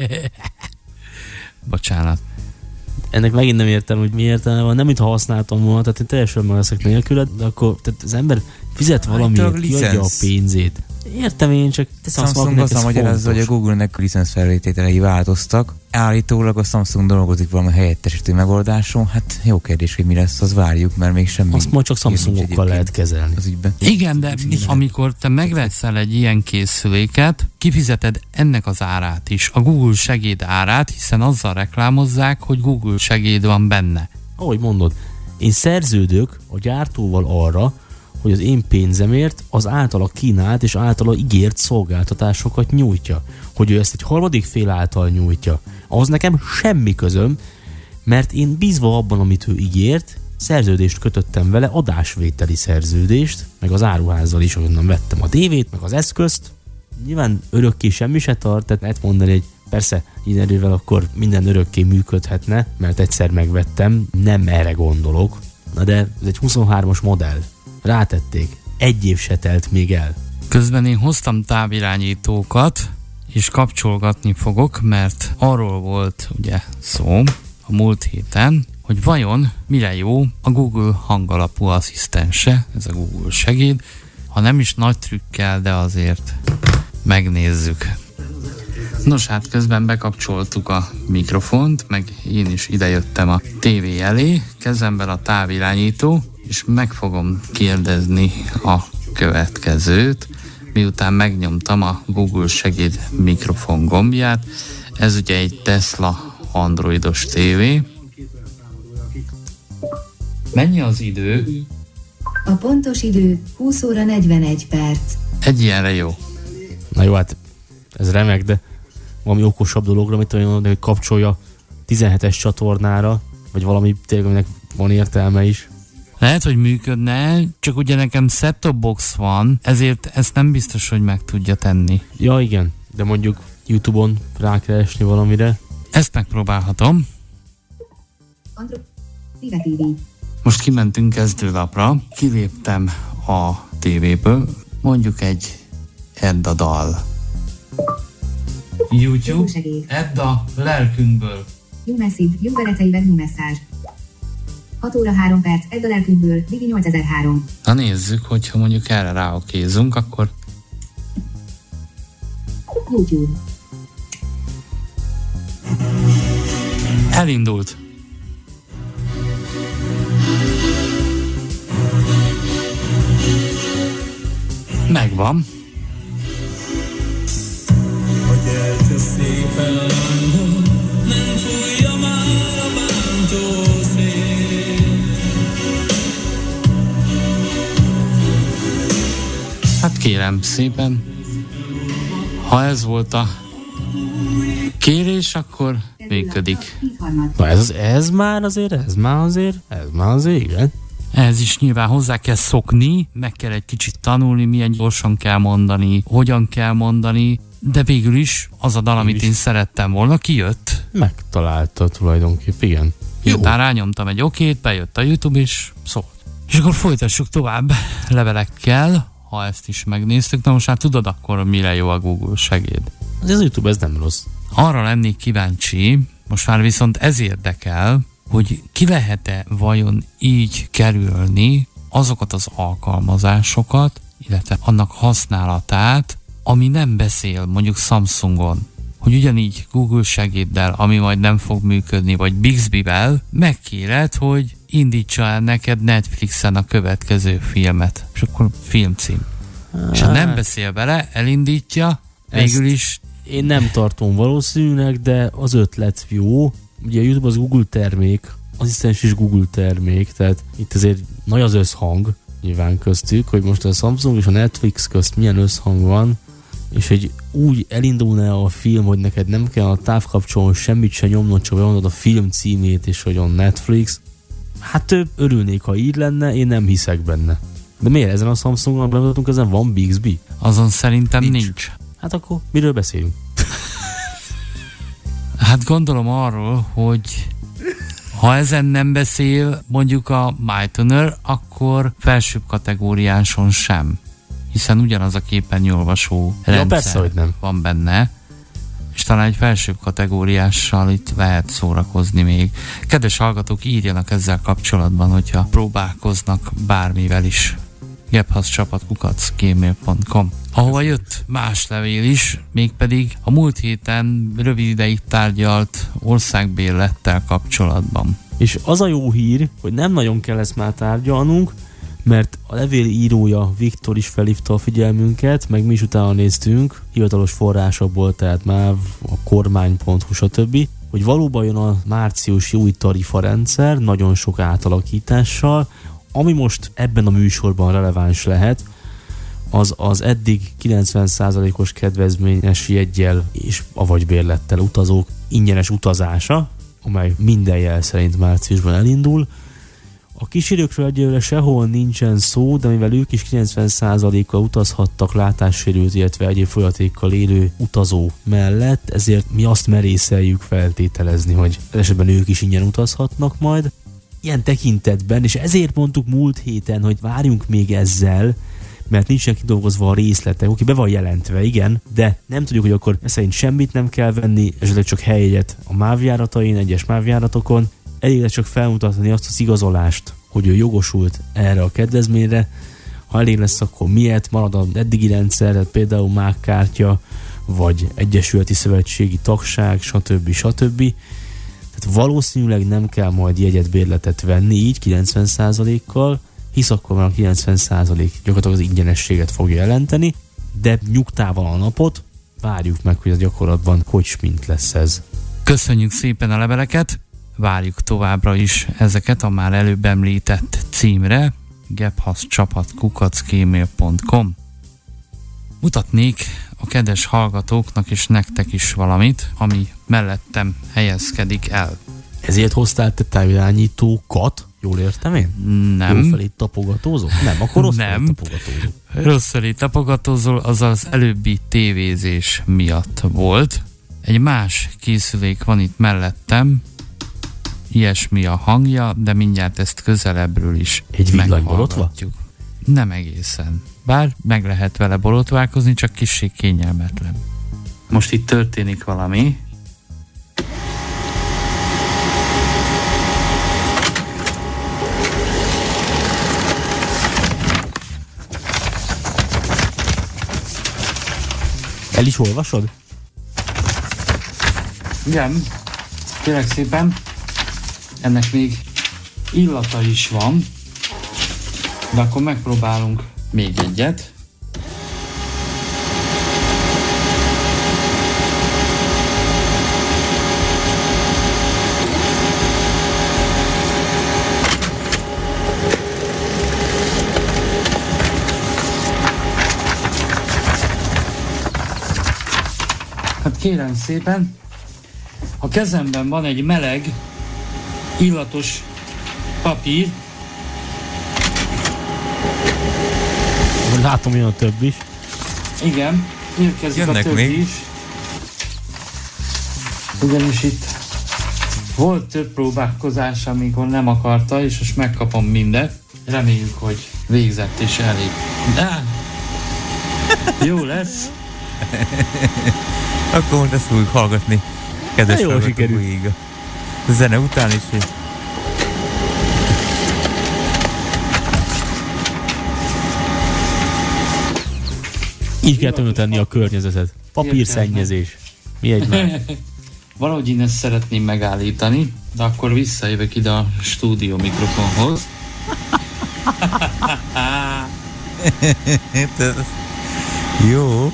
Bocsánat. Ennek megint nem értem, hogy mi értelme van. Nem, mintha használtam volna, tehát én teljesen meg leszek nélküled, de akkor tehát az ember fizet valamiért, kiadja a pénzét. Értem én, csak te Samsung azzal magyarázza, hogy a Google-nek licenszfelvételei változtak. Állítólag a Samsung dolgozik valami helyettesítő megoldáson. Hát jó kérdés, hogy mi lesz, az várjuk, mert még semmi. Azt majd csak Samsungokkal lehet kezelni. Az ügyben. Igen, de amikor te megveszel egy ilyen készüléket, kifizeted ennek az árát is, a Google segéd árát, hiszen azzal reklámozzák, hogy Google segéd van benne. Ahogy mondod, én szerződök a gyártóval arra, hogy az én pénzemért az általa kínált és általa ígért szolgáltatásokat nyújtja. Hogy ő ezt egy harmadik fél által nyújtja. Ahhoz nekem semmi közöm, mert én bízva abban, amit ő ígért, szerződést kötöttem vele, adásvételi szerződést, meg az áruházzal is, ahonnan vettem a DV-t, meg az eszközt. Nyilván örökké semmi se tart, tehát lehet mondani, hogy persze, ilyen erővel akkor minden örökké működhetne, mert egyszer megvettem, nem erre gondolok. Na de ez egy 23-as modell. Rátették. 1 év se telt még el. Közben én hoztam távirányítókat, és kapcsolgatni fogok, mert arról volt ugye szó a múlt héten, hogy vajon mire jó a Google hangalapú asszisztense, ez a Google segéd, ha nem is nagy trükkel, de azért megnézzük. Nos, hát közben bekapcsoltuk a mikrofont, meg én is idejöttem a tévé elé, kezemben a távirányító, és meg fogom kérdezni a következőt, miután megnyomtam a Google Segéd mikrofon gombját. Ez ugye egy Tesla androidos tévé. Mennyi az idő? A pontos idő 20 óra 41 perc. Egy ilyenre jó. Na jó, hát ez remek, de valami okosabb dologra, amit olyan mondani, hogy kapcsolja 17-es csatornára, vagy valami tényleg, aminek van értelme is. Lehet, hogy működne, csak ugye nekem set-top box van, ezért ezt nem biztos, hogy meg tudja tenni. Ja, igen, de mondjuk YouTube-on rákeresni valamire. Ezt megpróbálhatom. Most kimentünk kezdőlapra, kiléptem a tévéből, mondjuk egy Edd a dal. YouTube, Edd a lelkünkből. New message, jó vereceivel new message. 6 óra 3 perc, Edd a lelkünkből, Digi 8003. Na nézzük, hogyha mondjuk erre ráokézunk, akkor... YouTube. Elindult. Megvan. Hát kérem szépen, ha ez volt a kérés, akkor működik. Na ez már azért, igen. Ez is nyilván hozzá kell szokni, meg kell egy kicsit tanulni, milyen gyorsan kell mondani, hogyan kell mondani, de végül is az a dal, amit én szerettem volna, kijött. Megtalálta tulajdonképp, igen. Jó. Utána rányomtam egy okét, bejött a YouTube is, szólt. És akkor folytassuk tovább levelekkel, ha ezt is megnéztük. Na most már tudod akkor, mire jó a Google Segéd. Ez a YouTube, ez nem rossz. Arra lennék kíváncsi, most már viszont ez érdekel, hogy ki lehet-e vajon így kerülni azokat az alkalmazásokat, illetve annak használatát, ami nem beszél, mondjuk Samsungon. Hogy ugyanígy Google Segéddel, ami majd nem fog működni, vagy Bixby-vel megkéred, hogy indítsa el neked Netflixen a következő filmet. És akkor filmcím. És ha nem beszél vele, elindítja, végül is... Én nem tartom valószínűleg, de az ötlet jó. Ugye a YouTube az Google termék, asszisztens is Google termék, tehát itt azért nagy az összhang nyilván köztük, hogy most a Samsung és a Netflix közt milyen összhang van, és hogy úgy elindulna a film, hogy neked nem kell a távkapcsolón semmit se nyomnod, csak bemondod a film címét, és hogy a Netflix. Hát örülnék, ha így lenne, én nem hiszek benne. De miért ezen a Samsungon bemutatunk, ezen van Bixby? Azon szerintem nincs. Hát akkor miről beszélünk? Hát gondolom arról, hogy ha ezen nem beszél mondjuk a MyTuner, akkor felsőbb kategóriáson sem. Hiszen ugyanaz a képernyőolvasó rendszer van benne, és talán egy felsőbb kategóriással itt lehet szórakozni még. Kedves hallgatók, írjanak ezzel kapcsolatban, hogyha próbálkoznak bármivel is. gebhaszcsapat@gmail.com. Ahova jött más levél is, mégpedig a múlt héten rövid ideig tárgyalt országbérlettel kapcsolatban. És az a jó hír, hogy nem nagyon kell ezt már tárgyalnunk, mert a levél írója Viktor is felhívta a figyelmünket, meg mi is utána néztünk, hivatalos forrásokból, tehát MÁV, a kormány.hu, stb., hogy valóban jön a márciusi új tarifarendszer, nagyon sok átalakítással, ami most ebben a műsorban releváns lehet, az eddig 90%-os kedvezményes jeggyel és avagy bérlettel utazók ingyenes utazása, amely minden jel szerint márciusban elindul. A kísérőkről egyelőre sehol nincsen szó, de mivel ők is 90%-kal utazhattak látássérült, illetve egyéb folyatékkal élő utazó mellett, ezért mi azt merészeljük feltételezni, hogy esetben ők is ingyen utazhatnak majd. Ilyen tekintetben, és ezért mondtuk múlt héten, hogy várjunk még ezzel, mert nincsen kidolgozva a részletek, oké, be van jelentve, igen, de nem tudjuk, hogy akkor szerint semmit nem kell venni, esetleg csak helyjegyet a MÁV járatain, egyes MÁV járatokon, elég csak felmutatni azt az igazolást, hogy ő jogosult erre a kedvezményre. Ha elég lesz, akkor miért marad az eddigi rendszer, tehát például MÁG kártya, vagy egyesületi szövetségi tagság, stb. Tehát valószínűleg nem kell majd jegyet, bérletet venni így 90%-kal, hisz akkor már a 90% gyakorlatilag az ingyenességet fogja jelenteni, de nyugtával a napot, várjuk meg, hogy a gyakorlatban hogy mint lesz ez. Köszönjük szépen a leveleket, várjuk továbbra is ezeket a már előbb említett címre, gebhaszcsapat@gmail.com. Mutatnék a kedves hallgatóknak és nektek is valamit, ami mellettem helyezkedik el. Ezért hoztál te távirányítókat? Jól értem én? Nem. Jó felé tapogatózol? Nem, akkor rossz felé tapogatózol. Rossz felé tapogatózol, az az előbbi tévézés miatt volt. Egy más készülék van itt mellettem, ilyesmi a hangja, de mindjárt ezt közelebbről is egy villanyborotva? Nem egészen. Bár meg lehet vele borotválkozni, csak kissé kényelmetlen. Most itt történik valami. El is olvasod? Igen, kérlek szépen. Ennek még illata is van, de akkor megpróbálunk még egyet. Hát kérem szépen, a kezemben van egy meleg, illatos papír. Látom, jön a több is. Igen, érkezik jönnek a több még is. Ugyanis itt volt több próbálkozás, amikor nem akarta, és most megkapom mindet. Reméljük, hogy végzett és elég. De jó lesz. Akkor most ezt fogjuk hallgatni. Kedves hallgatóig. A zene után is. Így kell tömötenni a környezetet. Papírszennyezés. Mi egymás? Valahogy én ezt szeretném megállítani, de akkor visszajövök ide a stúdió mikrofonhoz. Jó.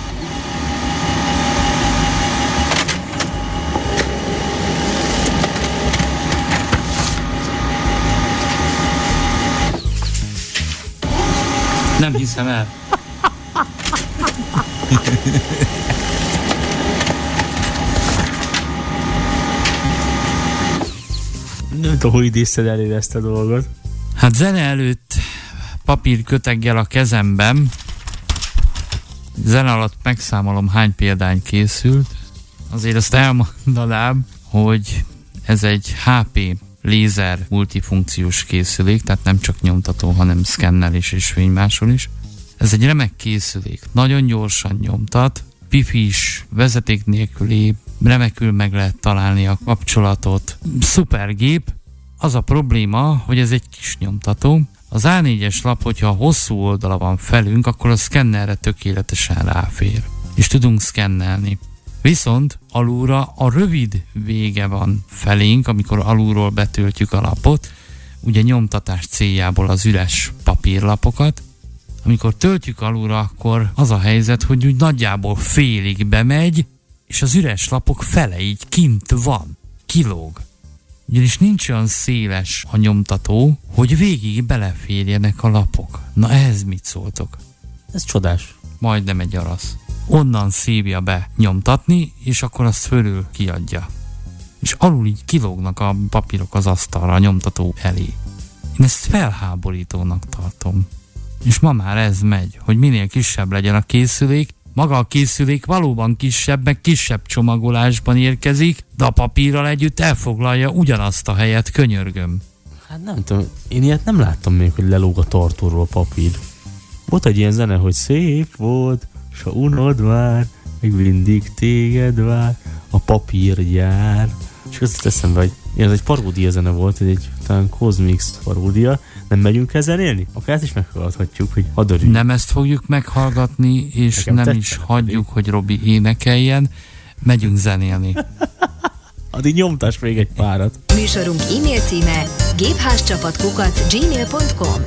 Nem hiszem el. Nem tudom, hogy idézted elő ezt a dolgot. Hát zene előtt papírköteggel a kezemben. Zene alatt megszámolom, hány példány készült. Azért azt elmondanám, hogy ez egy HP lézer multifunkciós készülék, tehát nem csak nyomtató, hanem szkennelés és fénymásol is. Ez egy remek készülék, nagyon gyorsan nyomtat, pifis, vezeték nélküli, remekül meg lehet találni a kapcsolatot. Szuper gép, az a probléma, hogy ez egy kis nyomtató. Az A4-es lap, hogyha hosszú oldala van felünk, akkor a szkennerre tökéletesen ráfér, és tudunk szkennelni. Viszont alulra a rövid vége van felénk, amikor alulról betöltjük a lapot, ugye nyomtatás céljából az üres papírlapokat. Amikor töltjük alulra, akkor az a helyzet, hogy úgy nagyjából félig bemegy, és az üres lapok fele így kint van, kilóg. Ugyanis nincs olyan széles a nyomtató, hogy végig beleférjenek a lapok. Na ehhez mit szóltok? Ez csodás. Majdnem egy arasz. Onnan szívja be nyomtatni, és akkor azt fölül kiadja. És alul így kilógnak a papírok az asztalra, a nyomtató elé. Én ezt felháborítónak tartom. És ma már ez megy, hogy minél kisebb legyen a készülék. Maga a készülék valóban kisebb, meg kisebb csomagolásban érkezik, de a papírral együtt elfoglalja ugyanazt a helyet, könyörgöm. Hát nem tudom, én ilyet nem láttam még, hogy lelóg a tartóról a papír. Volt egy ilyen zene, hogy szép volt, s ha unod már, még mindig téged vár, a papírgyár. És azt eszembe, hogy ez egy paródia zene volt, hogy egy után Cosmix paródia. Nem megyünk ezzel élni? Akár ezt is meghallgathatjuk, hogy hadd örüljünk. Nem ezt fogjuk meghallgatni, és nekem nem is hagyjuk, hogy Robi énekeljen. Megyünk zenélni. Addig nyomtass még egy párat. Műsorunk e-mail címe gépházcsapat@gmail.com.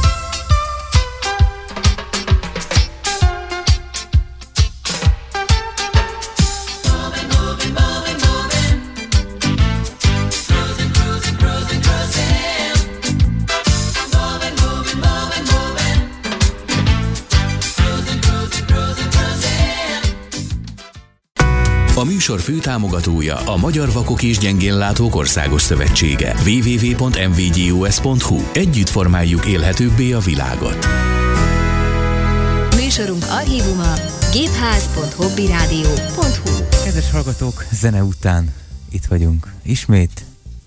A műsor főtámogatója a Magyar Vakok és Gyengénlátók Országos Szövetsége. www.mvgus.hu. Együtt formáljuk élhetőbbé a világot. Műsorunk archívuma gépház.hobbyradio.hu. Kedves hallgatók, zene után itt vagyunk ismét.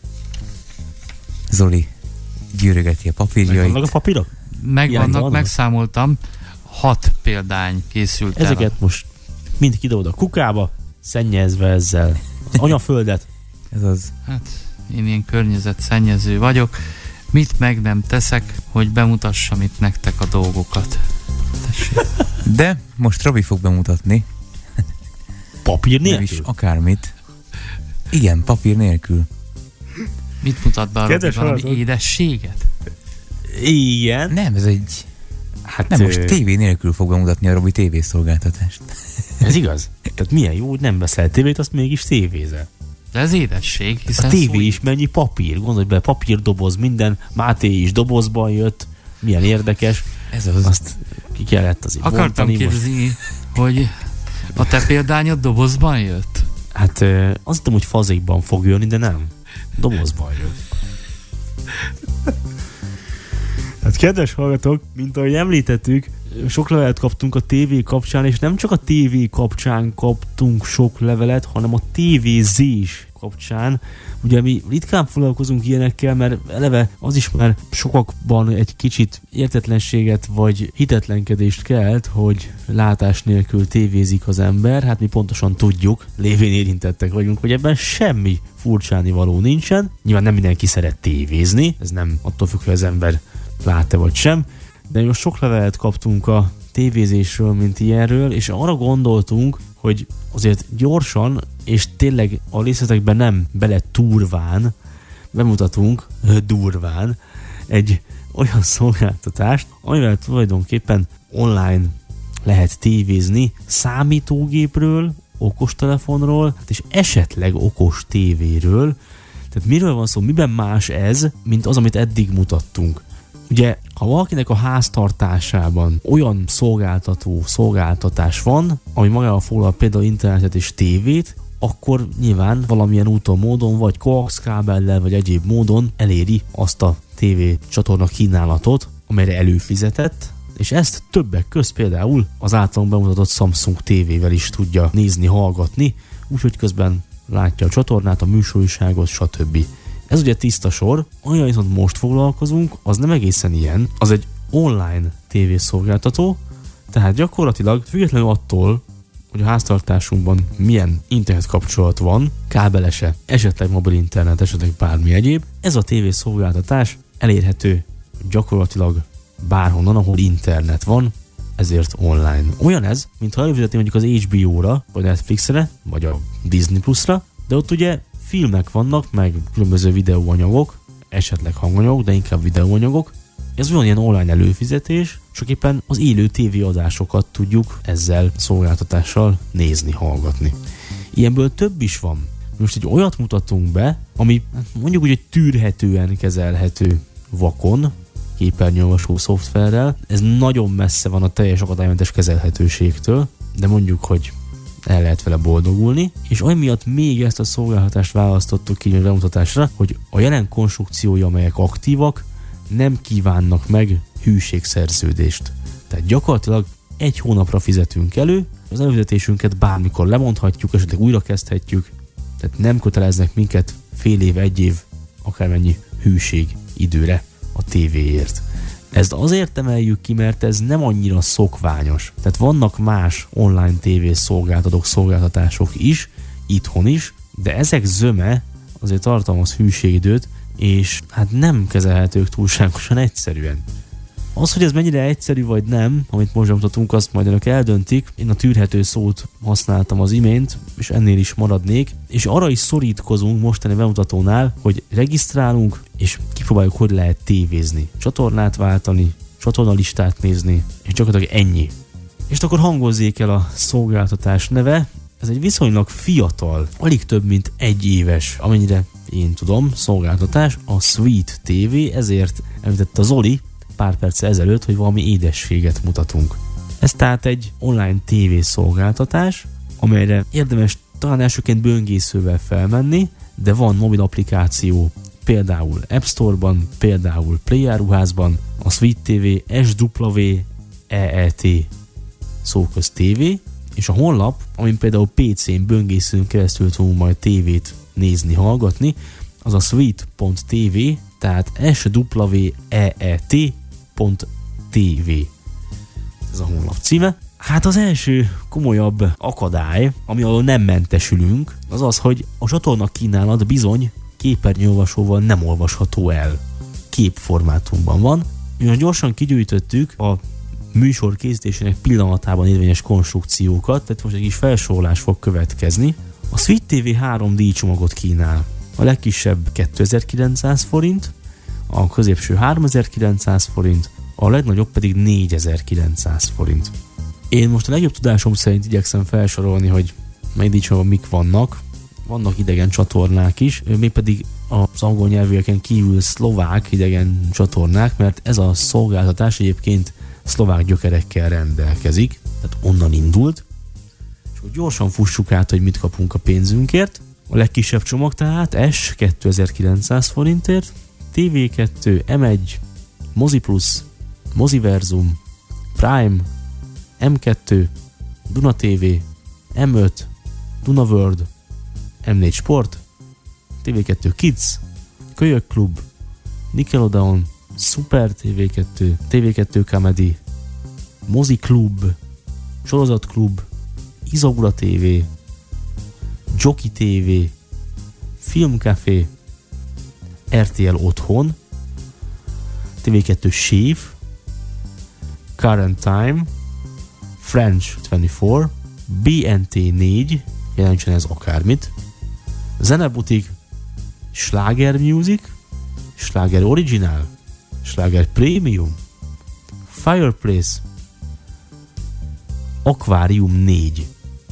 Zoli gyűrögeti a papírjait. Megvannak a papírok? Megvannak, megszámoltam. 6 példány készült el. Ezeket most mind kidobod a kukába, szennyezve ezzel az anyaföldet. Ez az. Hát, én ilyen környezetszennyező vagyok. Mit meg nem teszek, hogy bemutassam itt nektek a dolgokat. Tessék. De most Robi fog bemutatni. Papír nélkül? Nem is akármit. Igen, papír nélkül. Mit mutat be a Robi? Valami édességet? Igen. Nem, ez egy... Hát nem, most tévé nélkül fog bemutatni a Robi tévészolgáltatást. Ez igaz? Tehát milyen jó, hogy nem veszel tévét, azt mégis tévézel. De ez édesség, hiszen... A tévé is mennyi papír. Gondolj be, papírdoboz, minden. Máté is dobozban jött. Milyen érdekes. Ez az. Azt ki kellett azért akartam kérdezni, hogy a te példányod dobozban jött? Hát azt hittem, hogy fazékban fog jönni, de nem. Dobozban jött. Hát kedves hallgatók, mint ahogy említettük, sok levelet kaptunk a tévé kapcsán, és nem csak a tévé kapcsán kaptunk sok levelet, hanem a tévézés kapcsán. Ugye mi ritkán foglalkozunk ilyenekkel, mert eleve az is már sokakban egy kicsit értetlenséget vagy hitetlenkedést kelt, hogy látás nélkül tévézik az ember. Hát mi pontosan tudjuk, lévén érintettek vagyunk, hogy ebben semmi furcsánivaló nincsen. Nyilván nem mindenki szeret tévézni, ez nem attól függ, hogy az ember lát-e vagy sem, de most sok levelet kaptunk a tévézésről, mint ilyenről, és arra gondoltunk, hogy azért gyorsan, és tényleg a részletekben nem bele turván, bemutatunk durván egy olyan szolgáltatást, amivel tulajdonképpen online lehet tévézni számítógépről, okostelefonról, és esetleg okos tévéről. Tehát miről van szó, miben más ez, mint az, amit eddig mutattunk? Ugye, ha valakinek a háztartásában olyan szolgáltatás van, ami magával foglal például internetet és tévét, akkor nyilván valamilyen úton, módon, vagy koaxkábellel, vagy egyéb módon eléri azt a tévé csatorna kínálatot, amelyre előfizetett, és ezt többek közt például az általunk bemutatott Samsung tévével is tudja nézni, hallgatni, úgyhogy közben látja a csatornát, a műsorújságot, stb. Ez ugye tiszta sor, olyan viszont most foglalkozunk, az nem egészen ilyen, az egy online tévészolgáltató, tehát gyakorlatilag függetlenül attól, hogy a háztartásunkban milyen internet kapcsolat van, kábelese, esetleg mobil internet, esetleg bármi egyéb, ez a tévészolgáltatás elérhető gyakorlatilag bárhonnan, ahol internet van, ezért online. Olyan ez, mintha előfizetné mondjuk az HBO-ra, vagy Netflixre, vagy a Disney Plus-ra, de ott ugye filmek vannak, meg különböző videóanyagok, esetleg hanganyagok, de inkább videóanyagok. Ez olyan ilyen online előfizetés, csak éppen az élő tévéadásokat tudjuk ezzel szolgáltatással nézni, hallgatni. Ilyenből több is van. Most egy olyat mutatunk be, ami mondjuk úgy egy tűrhetően kezelhető vakon, képernyőolvasó szoftverrel. Ez nagyon messze van a teljes akadálymentes kezelhetőségtől, de mondjuk, hogy el lehet vele boldogulni, és olyan miatt még ezt a szolgáltatást választottuk ki a bemutatásra, hogy a jelen konstrukciói, amelyek aktívak, nem kívánnak meg hűségszerződést. Tehát gyakorlatilag 1 hónapra fizetünk elő, az előfizetésünket bármikor lemondhatjuk, esetleg újra kezdhetjük, tehát nem köteleznek minket fél év, 1 év, akármennyi hűség időre a tévéért. Ezt azért emeljük ki, mert ez nem annyira szokványos. Tehát vannak más online tévés szolgáltatások is, itthon is, de ezek zöme azért tartalmaz hűségidőt, és hát nem kezelhetők túlságosan egyszerűen. Az, hogy ez mennyire egyszerű vagy nem, amit most mutatunk, azt majd önök eldöntik. Én a tűrhető szót használtam az imént, és ennél is maradnék. És arra is szorítkozunk mostani bemutatónál, hogy regisztrálunk, és kipróbáljuk, hogy lehet tévézni. Csatornát váltani, csatornalistát nézni, és gyakorlatilag ennyi. És akkor hangozzék el a szolgáltatás neve. Ez egy viszonylag fiatal, alig több mint 1 éves, amennyire én tudom, szolgáltatás, a Sweet TV, ezért említette a Zoli pár perc ezelőtt, hogy valami édességet mutatunk. Ez tehát egy online TV szolgáltatás, amelyre érdemes talán elsőként böngészővel felmenni, de van mobil applikáció, például App Store-ban, például Play áruházban, a Sweet TV SWEET szóköz TV, és a honlap, amin például PC-n böngészőn keresztül tudunk majd tévét nézni, hallgatni, az a sweet.tv, tehát SWEET.tv. Ez a honlap címe. Hát az első komolyabb akadály, ami alól nem mentesülünk, az az, hogy a csatorna kínálat bizony képernyőolvasóval nem olvasható el. Képformátumban van. Mi most gyorsan kigyűjtöttük a műsor készítésének pillanatában érvényes konstrukciókat, tehát most egy kis felsorolás fog következni. A Sweet TV 3 díjcsomagot kínál. A legkisebb 2900 forint, a középső 3900 forint, a legnagyobb pedig 4900 forint. Én most a legjobb tudásom szerint igyekszem felsorolni, hogy mely díjcsomagban mik vannak. Vannak idegen csatornák is, mégpedig az angol nyelvűeken kívül szlovák idegen csatornák, mert ez a szolgáltatás egyébként szlovák gyökerekkel rendelkezik, tehát onnan indult. És hogy gyorsan fussuk át, hogy mit kapunk a pénzünkért. A legkisebb csomag tehát S 2900 forintért, TV2, M1, Mozi Plus, Moziverzum, Prime, M2, Duna TV, M5, Duna World, M4 Sport, TV2 Kids, Kölyök Klub, Nickelodeon, Super TV2, TV2 Comedy, Mozi Klub, Sorozat Klub, Izaura TV, Jockey TV, Filmcafé, RTL Otthon, TV2 Sév, Current Time, French 24, BNT 4, jelentsen ez akármit, Zenebutik, Schlager Music, Schlager Original, Schlager Premium, Fireplace, Aquarium 4.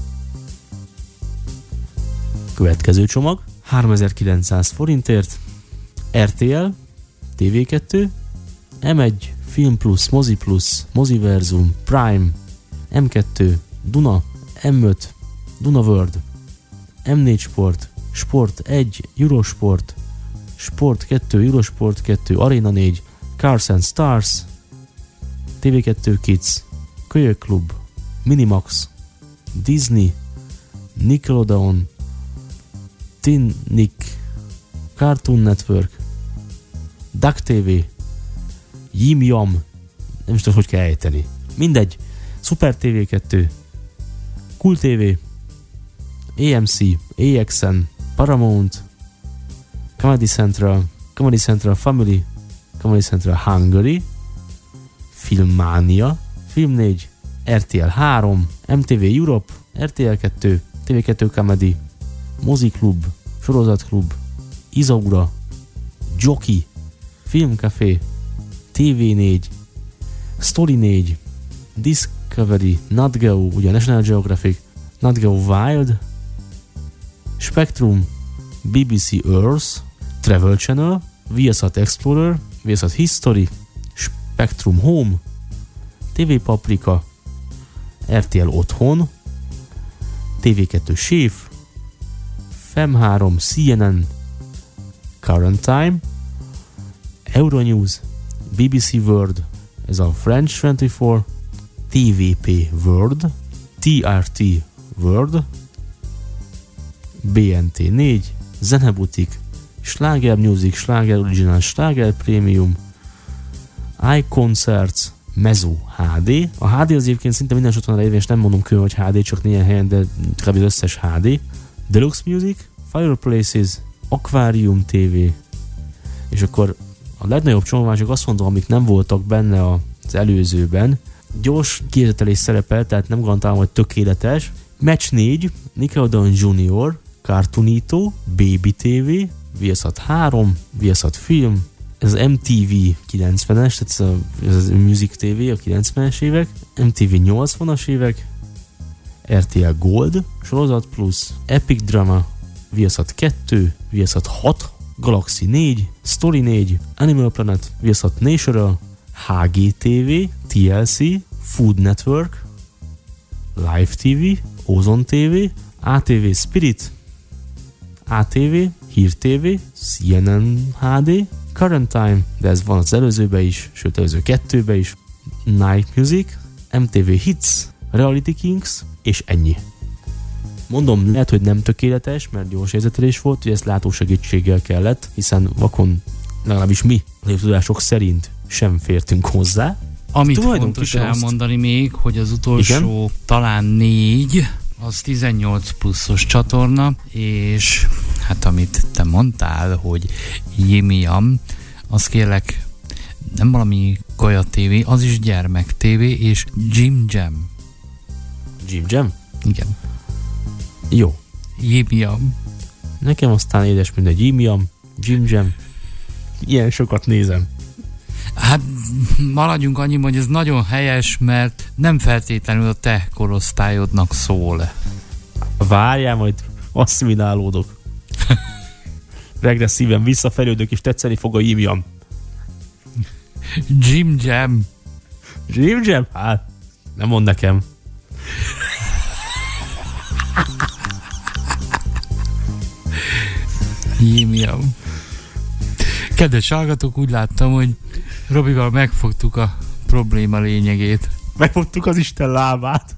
Következő csomag 3900 forintért, RTL, TV2, M1, Film Plus, Mozi Plus, Moziverzum, Prime, M2, Duna, M5, Duna World, M4 Sport, Sport 1, Eurosport, Sport 2, Eurosport 2, Arena 4, Cars and Stars, TV2 Kids, Kölyök Klub, Minimax, Disney, Nickelodeon, Tin Nick, Cartoon Network, Duck TV, Yim Yam, nem is tudom, hogy kell ejteni. Mindegy, Super TV2, Cool TV, AMC, AXN, Paramount, Comedy Central Family, Comedy Central Hungary, Filmmania, Film 4, RTL 3, MTV Europe, RTL 2, TV2 Comedy, Mozi Klub, Sorozat Klub, Izaura, Jockey, Filmcafé, TV4, Story 4, Discovery, Nat Geo, ugye National Geographic, Nat Geo Wild, Spectrum, BBC Earth, Travel Channel, Viasat Explorer, Viasat History, Spectrum Home, TV Paprika, RTL Otthon, TV2 Sév, FEM3, CNN, Current Time, Euronews, BBC World, ez a French 24, TVP World, TRT World, BNT 4, Zenebutik, Schlager Music, Schlager Original, Schlager Premium, iConcerts, Mezzo HD. A HD az egyébként szinte minden csatornára érvényes, nem mondom külön, hogy HD, csak néhány helyen, de kb. Az összes HD. Deluxe Music, Fireplaces, Aquarium TV, És akkor a legnagyobb csalódások azt mondom, amik nem voltak benne az előzőben. Gyors kiérzetelés szerepel, tehát nem garantálom, hogy tökéletes. Match 4, Nickelodeon Junior, Cartoonito, Baby TV, Viaszat 3, Viaszat Film, ez az MTV 90-es, tehát ez a Music TV a 90-es évek, MTV 80-as évek, RTL Gold, Sorozat Plus, Epic Drama, Viaszat 2, Viaszat 6, Galaxy 4, Story 4, Animal Planet, Viaszat Natural, HGTV, TLC, Food Network, Live TV, Ozone TV, ATV Spirit, ATV, Hír TV, CNN HD, Current Time, de ez van az előzőben is, sőt előző 2-ben is, Night Music, MTV Hits, Reality Kings, és ennyi. Mondom, lehet, hogy nem tökéletes, mert gyors érzetelés volt, hogy ezt látósegítséggel kellett, hiszen vakon legalábbis mi, a tudások szerint sem fértünk hozzá. Amit fontos elmondani még, hogy az utolsó igen? Talán 4, az 18 pluszos csatorna, és hát amit te mondtál, hogy Yimiam, az kérlek nem valami Kaja TV, az is Gyermek TV, és Jim Jam. Jim Jam? Igen. Jó. Yimiam. Nekem aztán édes mindegy, Yimiam, Jim Jam. Ilyen sokat nézem. Hát maradjunk annyi, hogy ez nagyon helyes, mert nem feltétlenül a te korosztályodnak szól. Várjál, majd asszimilálódok. Regresszíven visszafejlődök, és tetszeni fog a Yimiam. Jim Jam. Jim Jam? Hát, nem mond nekem. Yimiam. Kedves hallgatók, úgy láttam, hogy Robival megfogtuk a probléma lényegét. Megfogtuk az Isten lábát.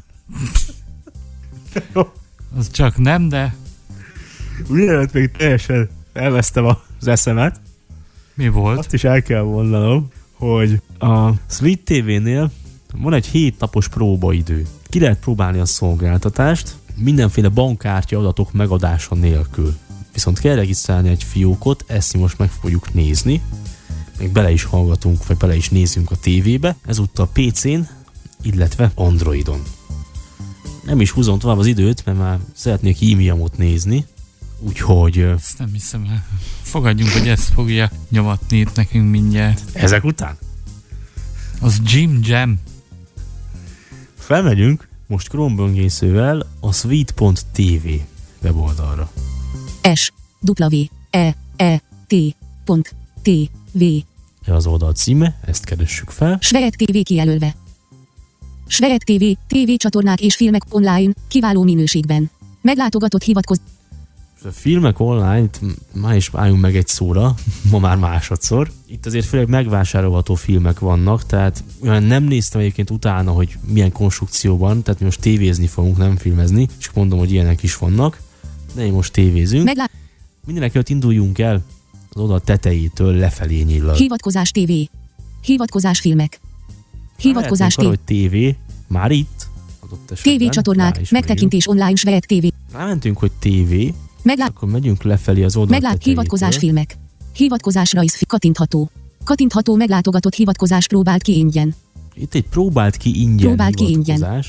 Az csak nem, de... Mielőtt még teljesen elvesztem az eszemet. Mi volt? Azt is el kell mondanom, hogy a Sweet TV-nél van egy 7 napos próbaidő. Ki lehet próbálni a szolgáltatást mindenféle bankkártya adatok megadása nélkül. Viszont kell regisztrálni egy fiókot, ezt most meg fogjuk nézni. Még bele is hallgatunk, vagy bele is nézünk a tévébe, ezúttal PC-n, illetve Androidon. Nem is húzom tovább az időt, mert már szeretnék Yimiamot nézni, úgyhogy... Ezt nem hiszem el. Fogadjunk, hogy ezt fogja nyomatni itt nekünk mindjárt. Ezek után? Az Jim Jam. Felmegyünk most Chrome böngészővel a sweet.tv weboldalra. SWEET.tv. Ez az oldal címe, ezt keressük fel. SWEET TV kijelölve. SWEET TV, TV csatornák és filmek online, kiváló minőségben. Meglátogatott hivatkozás. A filmek online, már is álljunk meg egy szóra, ma már másodszor. Itt azért főleg megvásárolható filmek vannak, tehát olyan nem néztem egyébként utána, hogy milyen konstrukcióban, tehát mi most tévézni fogunk, nem filmezni, csak mondom, hogy ilyenek is vannak, de én most tévézünk. Mindenek előtt induljunk el az oldal tetejétől lefelé nyillag. Hivatkozás TV. Hivatkozás filmek. Hivatkozás TV. TV. Már itt. TV csatornák, megtekintés online SWEET TV. Rámentünk, hogy TV. Akkor megyünk lefelé az oldal tetejétől. Hivatkozás filmek. Hivatkozás rajzfilm. Kattintható. Kattintható meglátogatott hivatkozás próbált ki ingyen. Itt egy próbált ki ingyen próbált ki ingyen.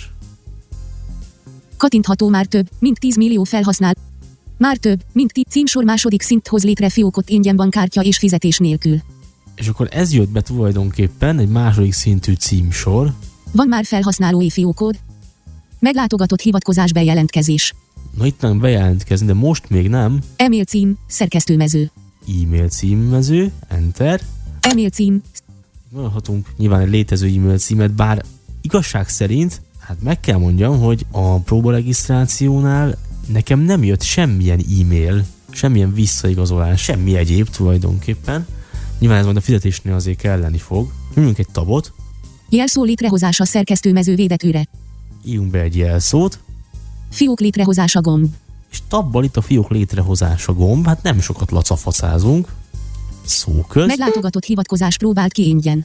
Kattintható már több, mint 10 millió felhasznál. Már több, mint 10 címsor második szint hoz létre fiókot ingyen bankkártya és fizetés nélkül. És akkor ez jött be tulajdonképpen, egy második szintű címsor. Van már felhasználói fiókod? Meglátogatott hivatkozás bejelentkezés. Na itt nem bejelentkezni, de most még nem. E-mail cím, szerkesztőmező. E-mail címmező, enter. E-mail cím. Mondhatunk nyilván egy létező e-mail címet, bár igazság szerint, hát meg kell mondjam, hogy a próbaregisztrációnál nekem nem jött semmilyen e-mail, semmilyen visszaigazolás, semmi egyéb tulajdonképpen. Nyilván ez majd a fizetésnél azért kelleni fog. Nyomjunk egy tabot. Jelszó létrehozása szerkesztőmező védetőre. Írjunk be egy jelszót. Fiók létrehozása gomb. És tabbal itt a fiók létrehozása gomb, hát nem sokat lacafacázunk. Szóköz. Meglátogatott hivatkozás próbált ki ingyen.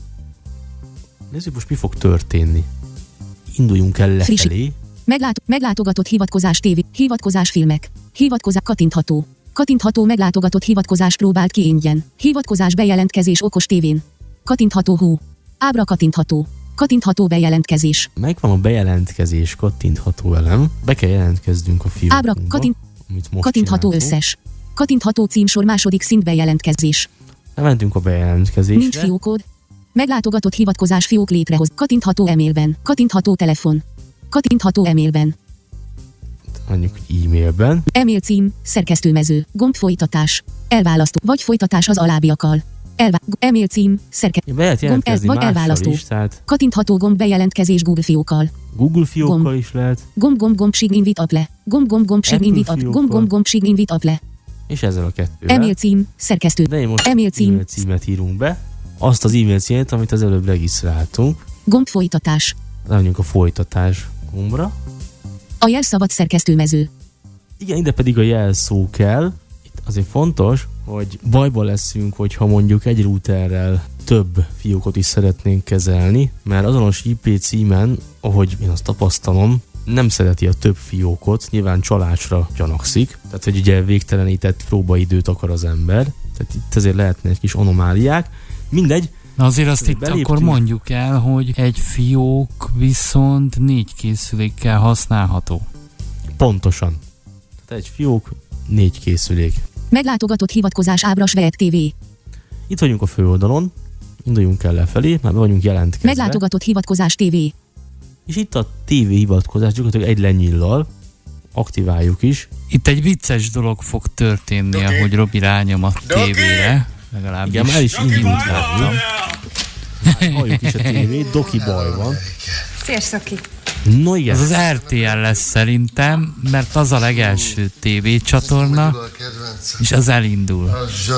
Nézzük most mi fog történni. Induljunk el lefelé. Meglátogatott hivatkozás TV, hivatkozás filmek, hivatkozás kattintható. Kattintható meglátogatott hivatkozás próbált ki ingyen. Hivatkozás bejelentkezés okos tévén. Kattintható hó. Ábra kattintható. Kattintható bejelentkezés. Megvan a bejelentkezés kattintható elem. Be kell jelentkeznünk a fiókunkba. Ábra kattintható összes. Kattintható címsor második szint bejelentkezés. Mentünk a bejelentkezésre. Nincs fiókod. Meglátogatott hivatkozás fiók létrehoz. Kattintható e-mailben. Kattintható telefon. Kattintható e-mailben. Mondjuk e-mailben. E-mail cím, szerkesztőmező, gomb folytatás. Elválasztó, vagy folytatás az alábbiakkal. E-mail cím, gomb vagy elválasztó. Is, tehát... Kattintható gomb bejelentkezés Google fiókkal. Google fiókkal is lehet. Gomb sig invite app le. Gomb sig invite app. Gomb sig invite app le. És ezzel a kettővel. E-mail cím, szerkesztő. De én most e-mail címet írunk be. Azt az e-mail címet, amit az előbb regisztráltunk. Gomb folytatás. Rámegyünk a folytatás gombra. A jelszavad szerkesztőmező. Igen, ide pedig a jelszó kell. Itt azért fontos, hogy bajba leszünk, hogyha mondjuk egy routerrel több fiókot is szeretnénk kezelni, mert azonos IP címen, ahogy én azt tapasztalom, nem szereti a több fiókot, nyilván csalásra gyanakszik, tehát hogy ugye végtelenített próbaidőt akar az ember, tehát itt ezért lehetne egy kis anomáliák. Mindegy. Na azért azt itt akkor mondjuk el, hogy egy fiók viszont 4 készülékkel használható. Pontosan. Tehát egy fiók, 4 készülék. Meglátogatott hivatkozás Ábra Svet TV. Itt vagyunk a főoldalon, induljunk el lefelé, már be vagyunk jelentkezve. Meglátogatott hivatkozás TV. És itt a TV hivatkozás gyakorlatilag egy lenyillal, aktiváljuk is. Itt egy vicces dolog fog történni, ahogy Robi rányom a tévére. Legalábbis. Igen, el is indult látni. Halljuk is a tévét, Doki baj van. Szérszoki. No igen. Az RTL lesz szerintem, mert az a legelső tévécsatorna, és az elindul.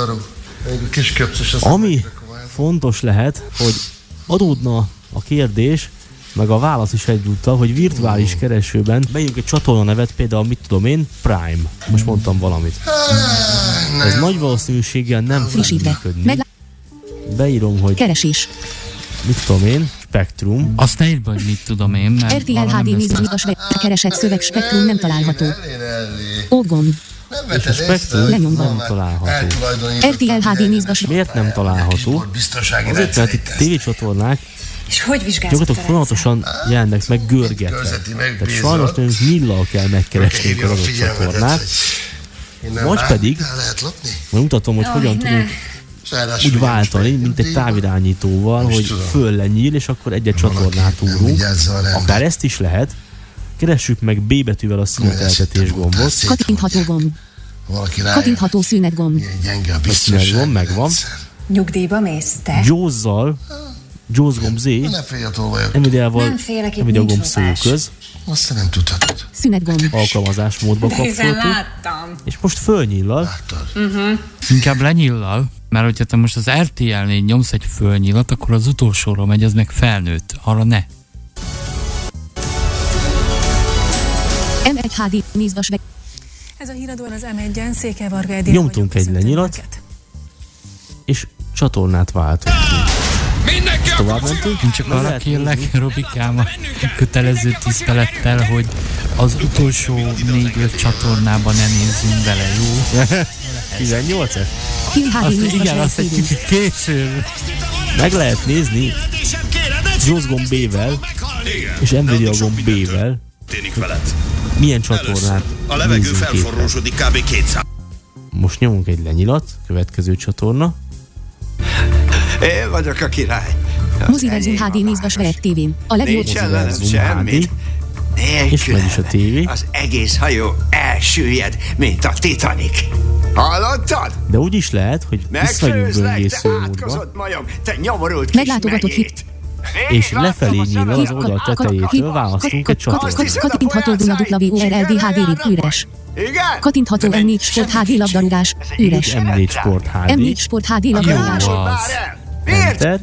Ami fontos lehet, hogy adódna a kérdés, meg a válasz is egyúttal, hogy virtuális keresőben beírjuk egy csatorna nevet, például mit tudom én, Prime. Most mondtam valamit. Ez nagy valószínűséggel nem fog működni. Beírom, hogy keresés. Mit tudom én, Spektrum. Azt ne írd, hogy mit tudom én, mert RTL HD nézővitas keresett szöveg Spektrum nem található. Ógomb. És a Spektrum nem található. RTL HD nézdas. Miért nem található? Azért, mert itt a tévécsatornák és hogy gyakorlatilag folyamatosan jelennek meg görgetve. Tehát sajnos nekünk nyillal kell megkeresnünk az adott csatornát. Vagy pedig, majd mutatom, hogy hogyan tudunk úgy váltani, mint egy távirányítóval, hogy föl lenyíl, és akkor egy csatornát úrunk. Akár ezt is lehet. Keressük meg B betűvel a szüneteltetés gombot. Kattintható gomb. Kattintható szünet gomb. A szünet gomb megvan. Nyugdíjba mész, te? Jaws-zal, Jaws gomb Z, Nvidia-val, Nvidia gomb szó köz. Azt nem tudhatod. Szünet gomb. Alkalmazásmódba kapcsoltuk. És most fölnyillal. Inkább lenyillal, mert hogyha te most az RTL-nél nyomsz egy fölnyilat, akkor az utolsóra megy, az meg felnőtt. Arra ne. M1 HD, nézd meg. Ez a híradó az M1-en, Székely Varga Edina. Nyomtunk egy lenyilat, és csatornát váltunk. Tovább mentünk. Én csak arra kérlek, Robikám, a kötelező tisztelettel, hogy az utolsó 4-5 csatornában ne nézzünk bele, jó? 18-es? Igen, azt egy kicsit később. Meg lehet nézni Jaws gomb B-vel és Nvidia gomb B-vel. Milyen csatornát a levegő felforrósodik kb. 200. Most nyomunk egy lenyilat, következő csatorna. Én vagyok a király. Moziverzum HD nézd a Svet TV-n. A legjobb Moziverzum HD. És megy is a tévé. Az egész hajó elsüllyed, mint a Titanic. Hallottad? De úgy is lehet, hogy visszagyunk böngésző módba. Te nyomorult meglátogatott hit. És lefelé nyílva az oldal tetejétől választunk egy csatornát. Kattintható WWORLD HD üres. Kattintható M4 Sport HD labdarúgás üres. M4 Sport HD. M4 Sport HD labdarúgás. Enter.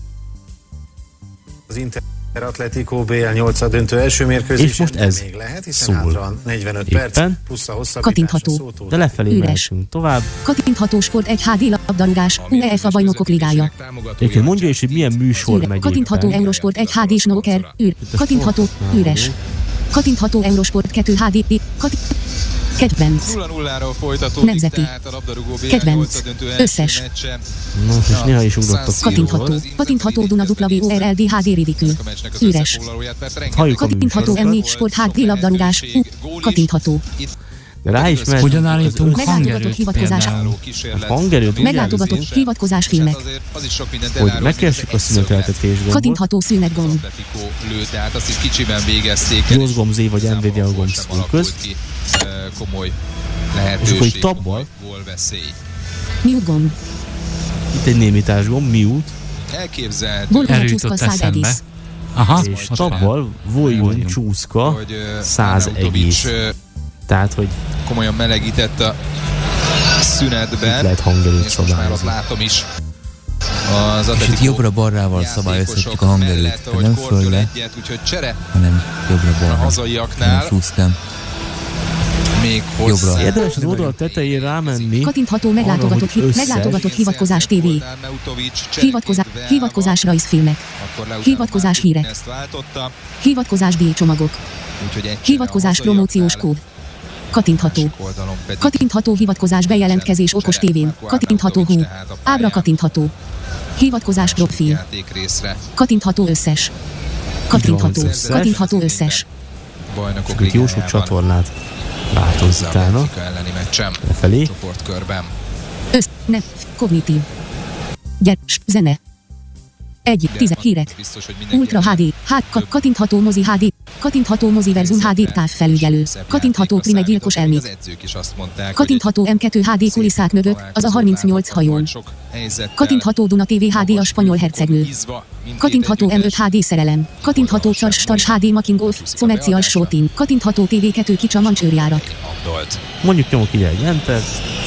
Az Inter Atletico BL 8 döntő első mérkőzés. És most ez még lehet, hiszen szól. 45 perc, plusz a kattintható. De lefelé mehetünk tovább. Kattintható Sport 1 HD labdarúgás, UEFA Bajnokok Ligája. Egyébként mondja is, hogy milyen műsor megy. Kattintható Eurosport 1 HD snooker, kattintható, üres. Kattintható Eurosport 2 HD, Kedvenc. 0-0-ról folytatódik, Nemzeti. tehát a labdarúgó BL Kedvenc. 8-döntő Összes. meccse. És néha is ugrottak. Katintható Duna WORLD HD ridikül. Üres. Katintható M4 Sport HD labdarúgás. Katintható. De rá is megy. Hogyan állítunk Meglátogatott hivatkozás. Hangerőt? Meglátogatott hivatkozás filmek. Hogy megkeressük a szüneteltetés gombot. Katintható szünetgomb. Tehát azt is kicsiben végezték. Gyors gomb Z vagy NVIDIA gomb szó közt. Komoly És akkor lehetőség, itt tabbal. Mute gomb. Itt egy némítás gomb, mute. Elképzelhető. Eljutott eszembe. Aha, és tabbal volume csúszka 100 egész. Tehát, hogy komolyan melegített a szünetben. Itt lehet hangerőt szabályozni. Most már ott látom is. És itt jobbra-balrával szabályozhatjuk a hangerőt. Nem fölle, hanem jobbra-balra. A hazaiaknál még hozzá. Érdemes az oldal tetején rámenni. Katintható meglátogatott hivatkozás TV. Hivatkozás rajzfilmek. Hivatkozás hírek. Hivatkozás díjcsomagok. Hivatkozás promóciós kód. Katintható. Katintható hivatkozás bejelentkezés okos tévén. Katintható hú. Ábra katintható. Hivatkozás profil. Katintható összes. Katintható összes. És itt jó sok csatornát változ utána. Lefelé. Nem. Kognitív. Zene. 10 hírek. Ultra HD. Katintható mozi HD. Katintható mozi verzum HD távfelügyelő. Katintható prime gyilkos elmét. Katintható M2 HD kulisszák mögött, az a 38 hajón. Katintható Duna TV HD a spanyol hercegnő. Katintható M5 HD szerelem. Katintható Stars HD Making of Commercial Shooting. Katintható TV2 Kicsa mancsőrjárat. Mondjuk nyomok ide egy entert.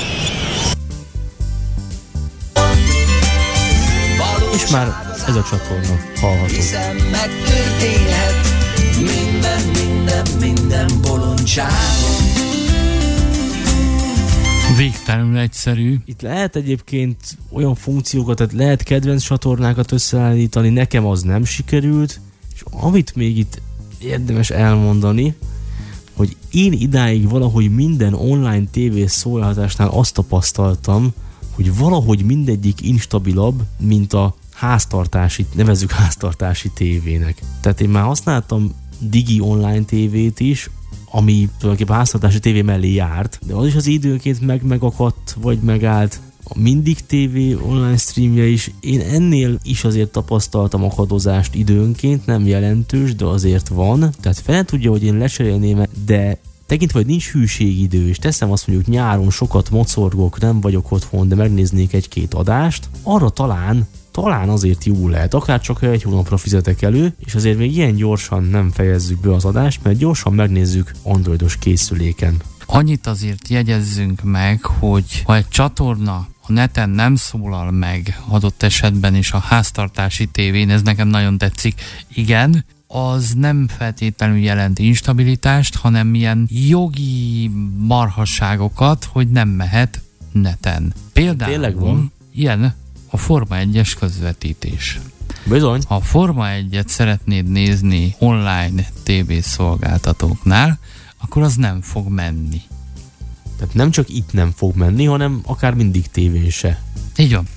És már ez a csatorna hallható. Hiszen megtörténhet minden bolondságon. Végtelenül egyszerű. Itt lehet egyébként olyan funkciókat, tehát lehet kedvenc csatornákat összeállítani, nekem az nem sikerült, és amit még itt érdemes elmondani, hogy én idáig valahogy minden online tévés szolgáltatásnál azt tapasztaltam, hogy valahogy mindegyik instabilabb, mint a háztartási, nevezzük háztartási tévének. Tehát én már használtam digi online tévét is, ami tulajdonképpen háztartási tévé mellé járt, de az is az időnként megakadt, vagy megállt. A Mindig TV online streamje is, én ennél is azért tapasztaltam akadozást időnként, nem jelentős, de azért van. Tehát fel tudja, hogy én lecserélném, de tekintve, hogy nincs hűségidő, és teszem azt mondjuk nyáron sokat mocorgok, nem vagyok otthon, de megnéznék egy-két adást, arra talán azért jó lehet, akár csak egy hónapra fizetek elő, és azért még ilyen gyorsan nem fejezzük be az adást, mert gyorsan megnézzük androidos készüléken. Annyit azért jegyezzünk meg, hogy ha egy csatorna a neten nem szólal meg adott esetben is a háztartási tévén, ez nekem nagyon tetszik, igen, az nem feltétlenül jelent instabilitást, hanem milyen jogi marhasságokat, hogy nem mehet neten. Például tényleg van ilyen a Forma 1-es közvetítés. Bizony. Ha a Forma 1-et szeretnéd nézni online TV szolgáltatóknál, akkor az nem fog menni. Tehát nem csak itt nem fog menni, hanem akár Mindig tévén se. Így van.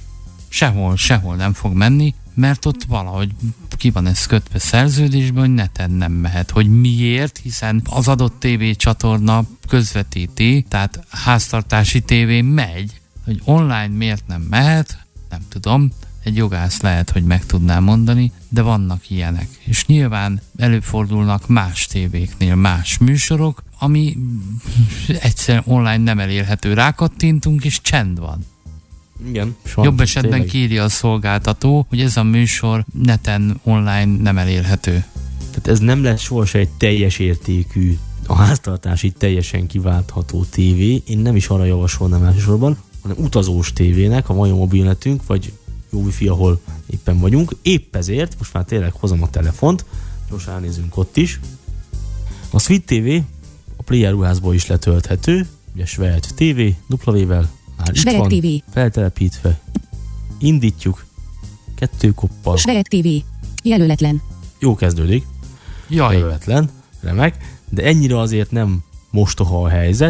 Sehol nem fog menni, mert ott valahogy ki van ez kötve szerződésben, hogy neten nem mehet. Hogy miért? Hiszen az adott tévécsatorna közvetíti, tehát háztartási tévé megy, hogy online miért nem mehet, nem tudom, egy jogász lehet, hogy meg tudná mondani, de vannak ilyenek. És nyilván előfordulnak más tévéknél más műsorok, ami egyszerűen online nem elérhető. Rákattintunk, és csend van. Igen. Jobb esetben kiírja a szolgáltató, hogy ez a műsor neten online nem elérhető. Tehát ez nem lesz sohasem egy teljes értékű, a háztartási teljesen kiváltható tévé. Én nem is arra javasolnám elsősorban, hanem utazós tévének, a mai mobilnetünk, vagy jó wifi, ahol éppen vagyunk. Épp ezért, most már tényleg hozom a telefont, gyorsan elnézünk ott is. A Sweet TV a Player ruházból is letölthető, ugye Svejt TV, W-vel, már itt van, TV. feltelepítve. Indítjuk, 2 koppal. Svejt TV, jelöletlen. Jó kezdődik. Jaj. Jelöletlen, remek, de ennyire azért nem mostoha a helyzet,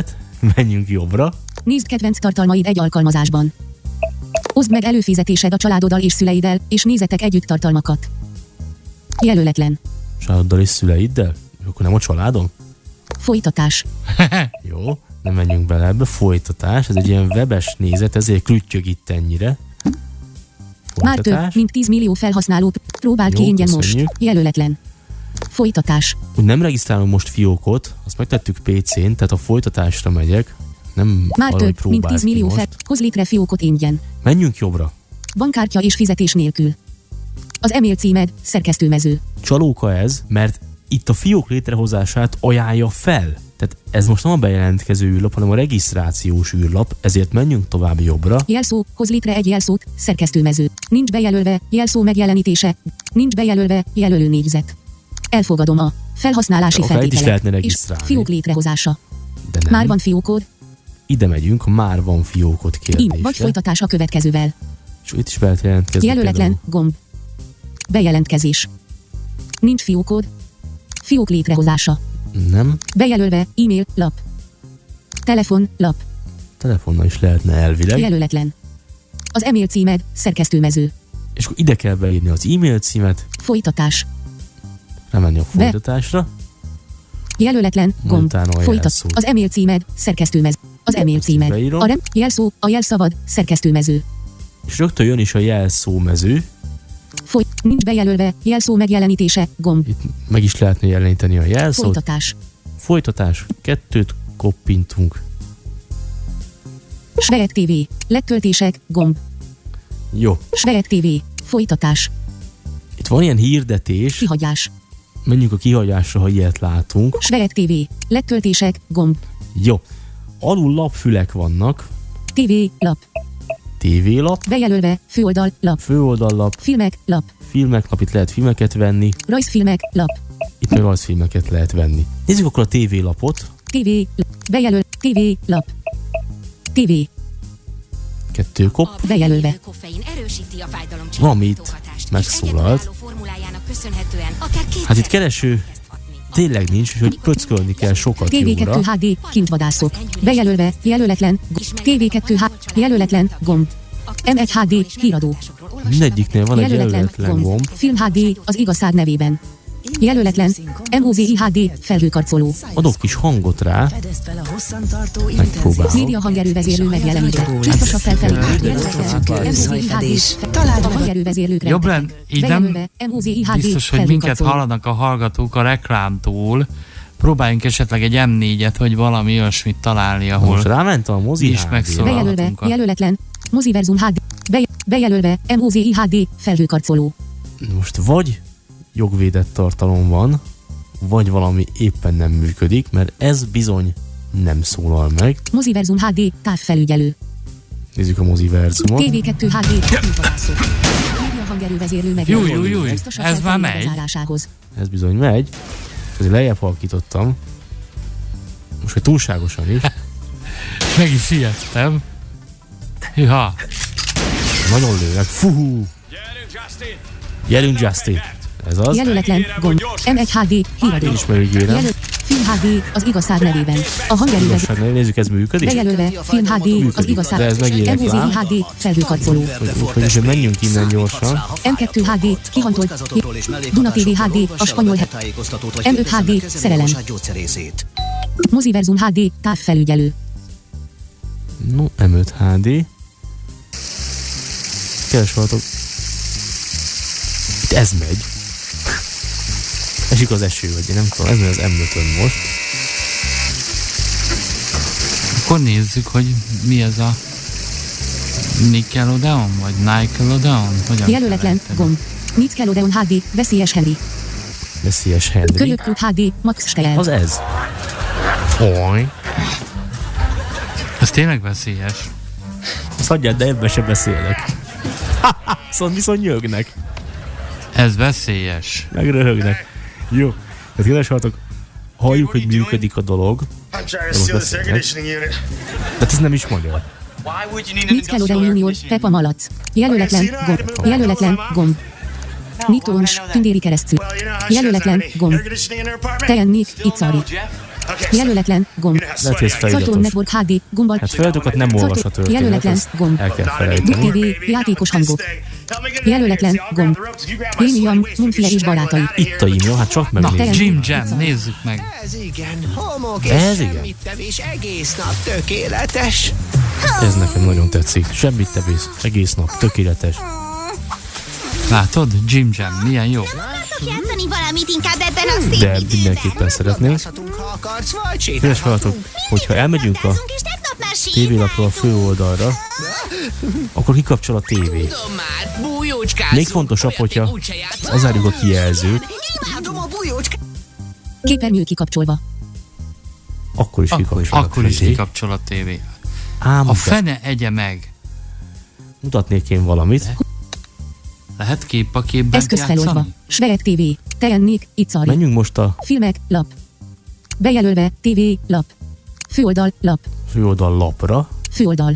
Menjünk jobbra. Nézd kedvenc tartalmaid egy alkalmazásban. Oszd meg előfizetésed a családoddal és szüleiddel, és nézzetek együtt tartalmakat. Jelöletlen. Családoddal és szüleiddel? Akkor nem a családom? Folytatás. Jó, nem menjünk bele ebbe. Folytatás, ez egy ilyen webes nézet, ezért klüttyög itt ennyire. Már több, mint 10 millió felhasználó próbáld ki ingyen most. Jelöletlen. Folytatás. Úgy nem regisztrálom most fiókot, azt megtettük PC-n, tehát a folytatásra megyek. Nem már több, mint 10 millió hoz létre fiókot ingyen. Menjünk jobbra. Bankkártya és fizetés nélkül. Az e-mail címed, szerkesztőmező. Csalóka ez, mert itt a fiók létrehozását ajánlja fel. Tehát ez most nem a bejelentkező űrlap, hanem a regisztrációs űrlap, ezért menjünk tovább jobbra. Jelszó, hoz létre egy jelszót, szerkesztőmező. Nincs bejelölve, jelszó megjelenítése. Nincs bejelölve, jelölő négyzet. Elfogadom a felhasználási feltételek és fiók létrehozása. Már van fiókod? Ide megyünk, már van fiókot kérdésre. Vagy folytatás a következővel. És itt is be lehet jelentkezni. Jelöletlen, gomb. Bejelentkezés. Nincs fiókod? Fiók létrehozása. Nem. Bejelölve, e-mail, lap. Telefon, lap. Telefonnal is lehetne elvileg. Jelöletlen. Az e-mail címed, szerkesztőmező. És akkor ide kell beírni az e-mail címet. Folytatás. Remenni a folytatásra. Jelöletlen, gomb. Az e-mail címed, szerkesztőmező. Az e-mail címed. Jelszó, a jelszavad, szerkesztőmező. És rögtön jön is a jelszómező. Nincs bejelölve, jelszó megjelenítése, gomb. Itt meg is lehetne jeleníteni a jelszót. Folytatás. Folytatás. 2 koppintunk. Svejek TV. Letöltések, gomb. Jó. Svejek TV. Folytatás. Itt van ilyen hirdetés. Kihagyás. Menjünk a kihagyásra, ha ilyet látunk. Svejek TV. Letöltések, gomb. Jó. Alul lapfülek vannak. TV, lap. TV lap. Bejelölve, főoldal, lap. Főoldal lap. Filmek, lap. Filmek lap, itt lehet filmeket venni. Rajzfilmek, lap. Itt meg rajzfilmeket lehet venni. Nézzük akkor a TV lapot. TV, bejelöl, TV, lap. TV. 2 kopp. Bejelölve. Valami itt megszólalt. Hát itt kereső tényleg nincs, hogy pöckölni kell sokat TV2 HD, kintvadászok. Bejelölve, jelöletlen, TV2 HD, jelöletlen, gomb. M1 HD, híradó. Mindegyiknél van egy jelöletlen gomb. Film HD, az igazság nevében. Jelöletlen, MOVI HD, felhőkarcoló. Adok kis hangot rá. Megpróbálom. Média hangerővezérlő megjelenítve. Biztos a felfelé. Találd a hangerővezérlőkre. Jobban, így nem biztos, hogy minket hallanak a hallgatók a reklámtól. Próbáljunk esetleg egy M4-et, hogy valami olyasmit találni, ahol most ráment a mozi is megszólalhatunk. Bejelölve, jelöletlen, Moziverzum HD, bejelölve, MOVI HD, felhőkarcoló. Most vagy jogvédett tartalom van, vagy valami éppen nem működik, mert ez bizony nem szólal meg. Moziverzum HD, távfelügyelő. Nézzük a Moziverzumot. TV2 HD, kintvadászok. Média hangerővezérlő megjelenítve. Júj, ez már megy. Ez bizony megy. Azért lejjebb halkítottam. Most, hogy túlságosan is. Meg is ijedtem. Hűha. Nagyon lőnek. Fuhú. Gyerünk, Justin. Ez az. Jelöletlen, gomb. M1 HD, híradó. Film HD, az igazság nevében. A hangerővezérlő. Nézzük, ez működik? Bejelölve, Film HD, működik. Az igazság. De ez megírják MOVI HD, felhőkarcoló. Úgyhogy menjünk innen gyorsan. M2 HD, kihantolt. Duna TV HD, a spanyol. M5 HD, szerelem. Moziverzum HD, távfelügyelő. No, M5 HD. Keresvalatok. Itt ez megy. Esik az eső, vagy nem tudom, ez megy az M5-ön most. Akkor nézzük, hogy mi ez a Nickelodeon, vagy Nickelodeon? Jelöletlen, gomb. Nickelodeon HD, veszélyes Henry. Veszélyes Henry. Kölyök HD, Max Steyer. Az ez. Oly. Ez tényleg veszélyes. Azt hagyjad, de ebben sem beszélek. Szóval viszont nyögnek. Ez veszélyes. Megröhögnek. Jó. Tehát keresvalatok, halljuk, hogy működik a dolog. Tehát ez nem is magyar. Nickelodeon Junior, Peppa Malac. Jelöletlen, gomb. Jelöletlen, gomb. Nick Torns, tündéri keresztül. Jelöletlen, gomb. Tejen Nick, Itzari. Jelöletlen, gomb. Lehet, hogy ez Cartoon feliratos. Network HD, gombbal. Hát feladatokat nem olvas a történet, Jelöletlen, ezt gomb. el kell Duk felejteni. TV, játékos hangok. Jelöletlen, gomb. Rémiam, Mumfile és barátai. Itt a e-mail, hát csak Na, megnézzük. Jim Jam, nézzük meg. Ez igen, homok és Ez igen. semmit tevés egész nap tökéletes. Ez nekem nagyon tetszik. Semmit tevés, egész nap, tökéletes. Látod? Jim Jam, milyen jó. Játszani valamit inkább ebben a szép De időben. mindenképpen szeretnénk. Ha akarsz, vagy Kedves hallgatók, hogyha elmegyünk a És tegnap már tévélapról a főoldalra, akkor kikapcsol a tévé. Még fontosabb, hogyha lezárjuk a kijelzőt, Képernyő kikapcsolva. akkor is kikapcsol. Akkor is kikapcsol a tévé. Ám A fene egye meg. mutatnék én valamit. Lehet kép a képben Eszköz feloldva. játszani? Sveret TV. Tejennék, Icari. Menjünk most a Filmek, lap. Bejelölve, TV, lap. Főoldal, lap. főoldal lapra. Főoldal.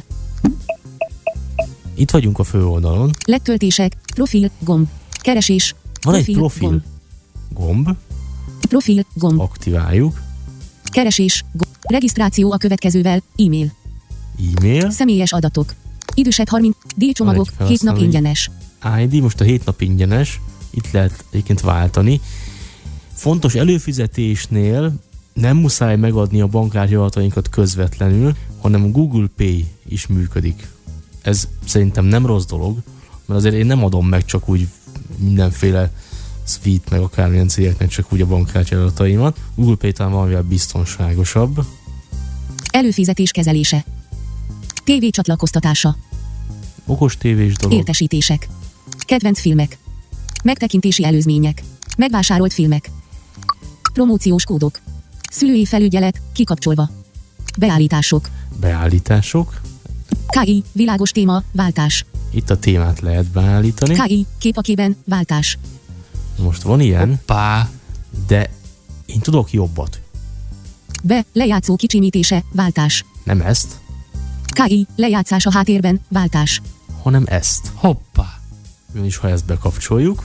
Itt vagyunk a főoldalon. Letöltések, profil, gomb. Keresés. Van egy profil gomb. gomb. Profil, gomb. Aktiváljuk. Keresés, gomb. Regisztráció a következővel, e-mail. E-mail. Személyes adatok. Idősebb 30, díjcsomagok, Van egy 7 nap felhasználói ingyenes. ID, most a 7 nap ingyenes. Itt lehet egyébként váltani. Fontos, előfizetésnél nem muszáj megadni a bankkártya adatainkat közvetlenül, hanem a Google Pay is működik. Ez szerintem nem rossz dolog, mert azért én nem adom meg csak úgy mindenféle Sweet, meg akármilyen cégeknek csak úgy a bankkártya adataimat. Google Pay talán valamivel biztonságosabb. Előfizetés kezelése. TV csatlakoztatása. Okos tévés dolog. Értesítések. Kedvenc filmek. Megtekintési előzmények. Megvásárolt filmek. Promóciós kódok. Szülői felügyelet, kikapcsolva. Beállítások. Beállítások. KI, világos téma, váltás. Itt a témát lehet beállítani. KI, képakében, váltás. Most van ilyen, Hoppá. de én tudok jobbat. Lejátszó kicsimítése, váltás. Nem ezt, KI, lejátszás a háttérben, váltás. hanem ezt. Hoppá. Ugyanis ha ezt bekapcsoljuk,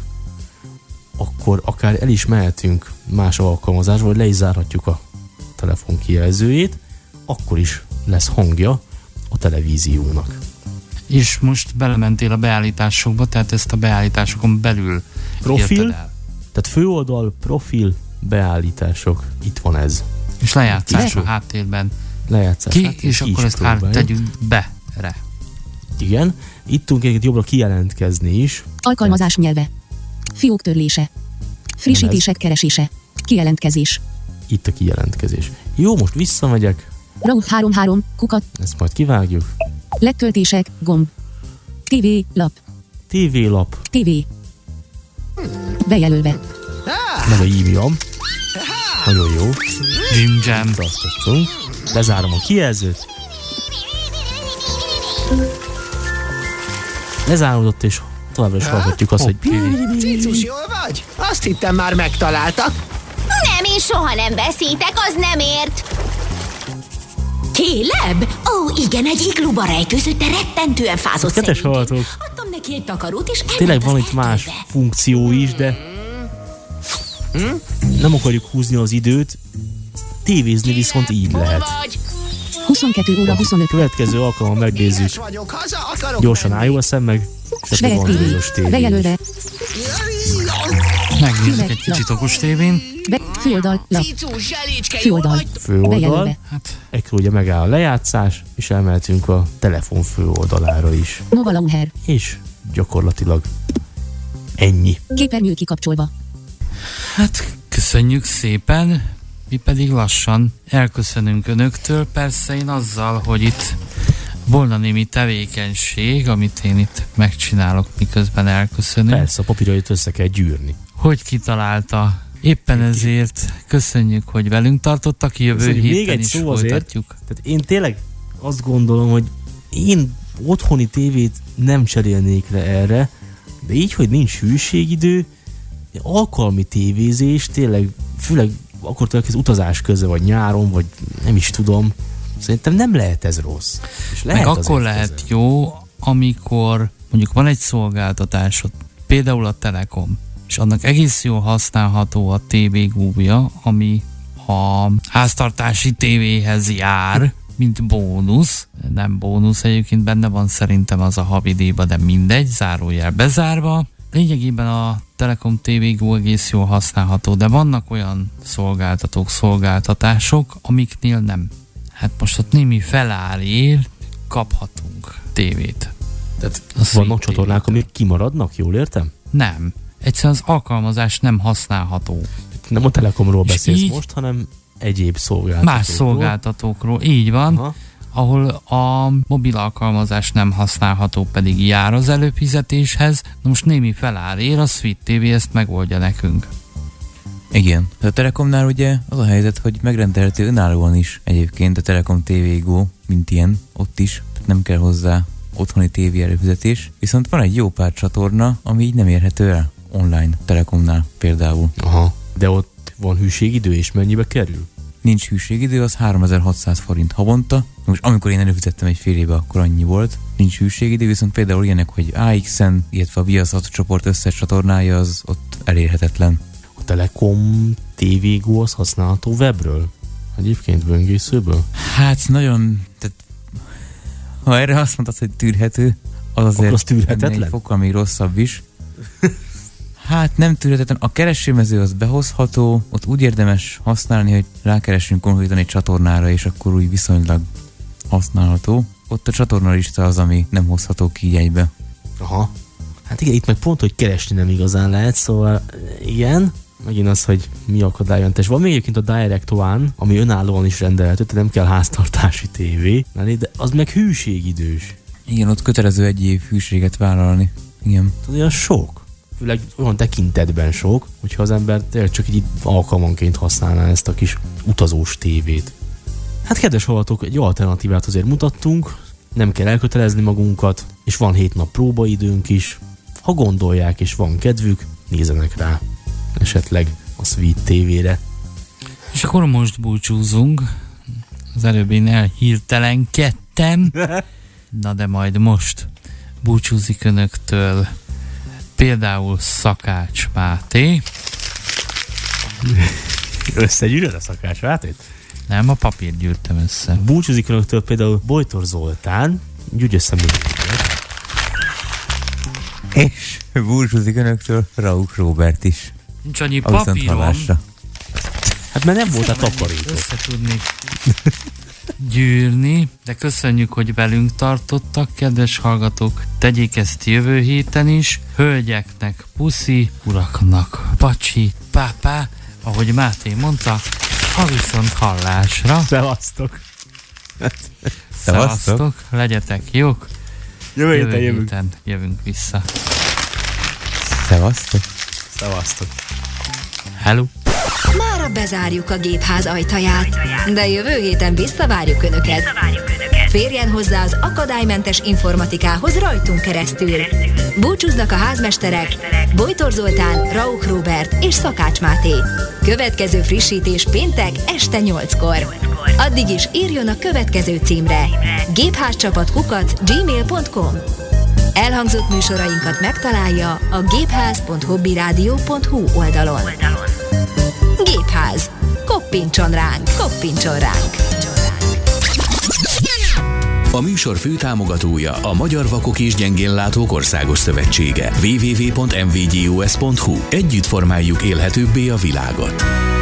akkor akár el is mehetünk más alkalmazásba, vagy le is zárhatjuk a telefon kijelzőjét, akkor is lesz hangja a televíziónak. És most belementél a beállításokba, tehát ezt a beállításokon belül Profil, írtad el. tehát főoldal, profil, beállítások. Itt van ez. És lejátszás a háttérben. Lejátszás. Ki, Hát, és ki akkor is ezt próbáljuk. tegyünk be-re. Igen. Itt tudunk egyébként jobbra kijelentkezni is. Alkalmazás nyelve. Fiók törlése. Frissítések keresése. Kijelentkezés. Itt a kijelentkezés. Jó, most visszamegyek. RAW 33, kukat. Ezt majd kivágjuk. Letöltések, gomb. TV, lap. TV-lap. TV. Bejelölve. Nem a e-mail. Nagyon jó. Jim Jam. Azt tetszünk. Lezárom a kijelzőt. Lezáródott, és továbbra is hallhatjuk azt, hogy... Cicus, jól vagy? Azt hittem már megtaláltak. Nem, én soha nem veszítek, az nem ért. Kéleb? Ó, igen, egy igluba rejtőzött, de rettentően fázott Kedves szerintem. hallgatók, Adtam neki egy takarót, és elment tényleg van az itt más erdőbe. funkció is, de nem akarjuk húzni az időt. Tévézni viszont így lehet. 22 óra 25. Következő alkalommal megnézzük. Gyorsan iOS-en meg Sveret TV. Bejelölve. Megnézzük egy kicsit okos tévén. Főoldal, lap. Főoldal. Főoldal. Bejelölve. Ekkor ugye megáll a lejátszás, és elmehetünk a telefon főoldalára is. Nova Longhair. És gyakorlatilag ennyi. Képernyő kikapcsolva. Hát, köszönjük szépen. Mi pedig lassan elköszönünk önöktől. Persze én azzal, hogy itt volna némi tevékenység, amit én itt megcsinálok, miközben elköszönünk. Persze, a papírait össze kell gyűrni. Hogy kitalálta. Éppen ezért köszönjük, hogy velünk tartottak, jövő Még héten egy is szó azért, folytatjuk. tehát én tényleg azt gondolom, hogy én otthoni tévét nem cserélnék le erre, de így, hogy nincs hűségidő, alkalmi tévézés, tényleg, főleg akkor tényleg ez utazás köze, vagy nyáron, vagy nem is tudom, szerintem nem lehet ez rossz. És lehet meg akkor lehet köze. Jó, amikor mondjuk van egy szolgáltatásod, például a Telekom, és annak egész jól használható a TV Gúbja, ami a háztartási tévéhez jár, mint bónusz. Nem bónusz, egyébként benne van szerintem az a havidíjba, de mindegy, zárójel bezárva. Lényegében a Telekom TV Go egész jól használható, de vannak olyan szolgáltatások, amiknél nem. Hát most ott némi felárér kaphatunk tévét. Tehát vannak csatornák, amik kimaradnak, jól értem? Nem. Egyszerűen az alkalmazás nem használható. Nem a Telekomról beszélsz most, hanem egyéb szolgáltatókról. Más szolgáltatókról, így van. Aha. Ahol a mobil alkalmazás nem használható, pedig jár az előfizetéshez. Na most némi felárér, a Sweet TV ezt megoldja nekünk. Igen. A Telekomnál ugye az a helyzet, hogy megrendelhető önállóan is egyébként a Telekom TV Go, mint ilyen, ott is, tehát nem kell hozzá otthoni tévé előfizetés. Viszont van egy jó pár csatorna, ami így nem érhető el online Telekomnál például. Aha. De ott van hűségidő, és mennyibe kerül? Nincs hűségidő, az 3600 forint havonta. Most amikor én előfizettem egy fél éve, akkor annyi volt. Nincs hűségidő, viszont például ilyenek, hogy AXN, illetve a Viaszat csoport összes csatornája az ott elérhetetlen. A Telekom TV Go az használható webről? Egyébként böngészőből? Hát nagyon... Tehát, ha erre azt mondtad, hogy tűrhető, az azért az tűrhetetlen? Egy fokkal még rosszabb is. Hát nem tűrhetetlen. A keresőmező az behozható, ott úgy érdemes használni, hogy rákeresünk konkrétan egy csatornára, és akkor úgy viszonylag használható. Ott a csatornalista az, ami nem hozható ki így egybe. Aha. Hát igen, itt meg pont, hogy keresni nem igazán lehet, szóval igen. Megint az, hogy mi akadálymentес. Van még egyébként a Direct One, ami önállóan is rendelhető, tehát nem kell háztartási tévé, de az meg hűségidős. Igen, ott kötelező egy év hűséget vállalni. Igen. Tehát olyan sok. Főleg olyan tekintetben sok, hogyha az ember csak így alkalmanként használná ezt a kis utazós tévét. Hát kedves hallgatók, egy alternatívát azért mutattunk, nem kell elkötelezni magunkat, és van 7 nap próbaidőnk is. Ha gondolják és van kedvük, nézzenek rá esetleg a Sweet TV-re. És akkor most búcsúzunk. Az előbb én elhirtelenkedtem. Na de majd most búcsúzik önöktől például Szakács Máté. Összegyűröd a Szakács Mátét? Nem, a papírt gyűrtem össze. Búcsúzik önöktől például Bojtor Zoltán. Gyűjts össze mindent. És búcsúzik önöktől Rauch Róbert is. Nincs annyi papírom. Hát mert nem volt a takarító. Össze tudni gyűrni, de köszönjük, hogy velünk tartottak, kedves hallgatók. Tegyék ezt jövő héten is. Hölgyeknek puszi, uraknak pacsi, pápá, ahogy Máté mondta, a viszont hallásra. Szevasztok! Szevasztok! Legyetek jók! Jövő héten jövünk vissza. Szevasztok! Szevasztok! Hello! Mára bezárjuk a gépház ajtaját, de jövő héten visszavárjuk Önöket. Férjen hozzá az akadálymentes informatikához rajtunk keresztül. Búcsúznak a házmesterek Bojtor Zoltán, Rauch Róbert és Szakács Máté. Következő frissítés péntek este 8-kor. Addig is írjon a következő címre: gépházcsapat@gmail.com. Elhangzott műsorainkat megtalálja a gépház.hobbiradio.hu oldalon. Gépház. Koppintson ránk, koppintson ránk. A műsor főtámogatója a Magyar Vakok és Gyengénlátók Országos Szövetsége. www.mvgus.hu. Együtt formáljuk élhetőbbé a világot.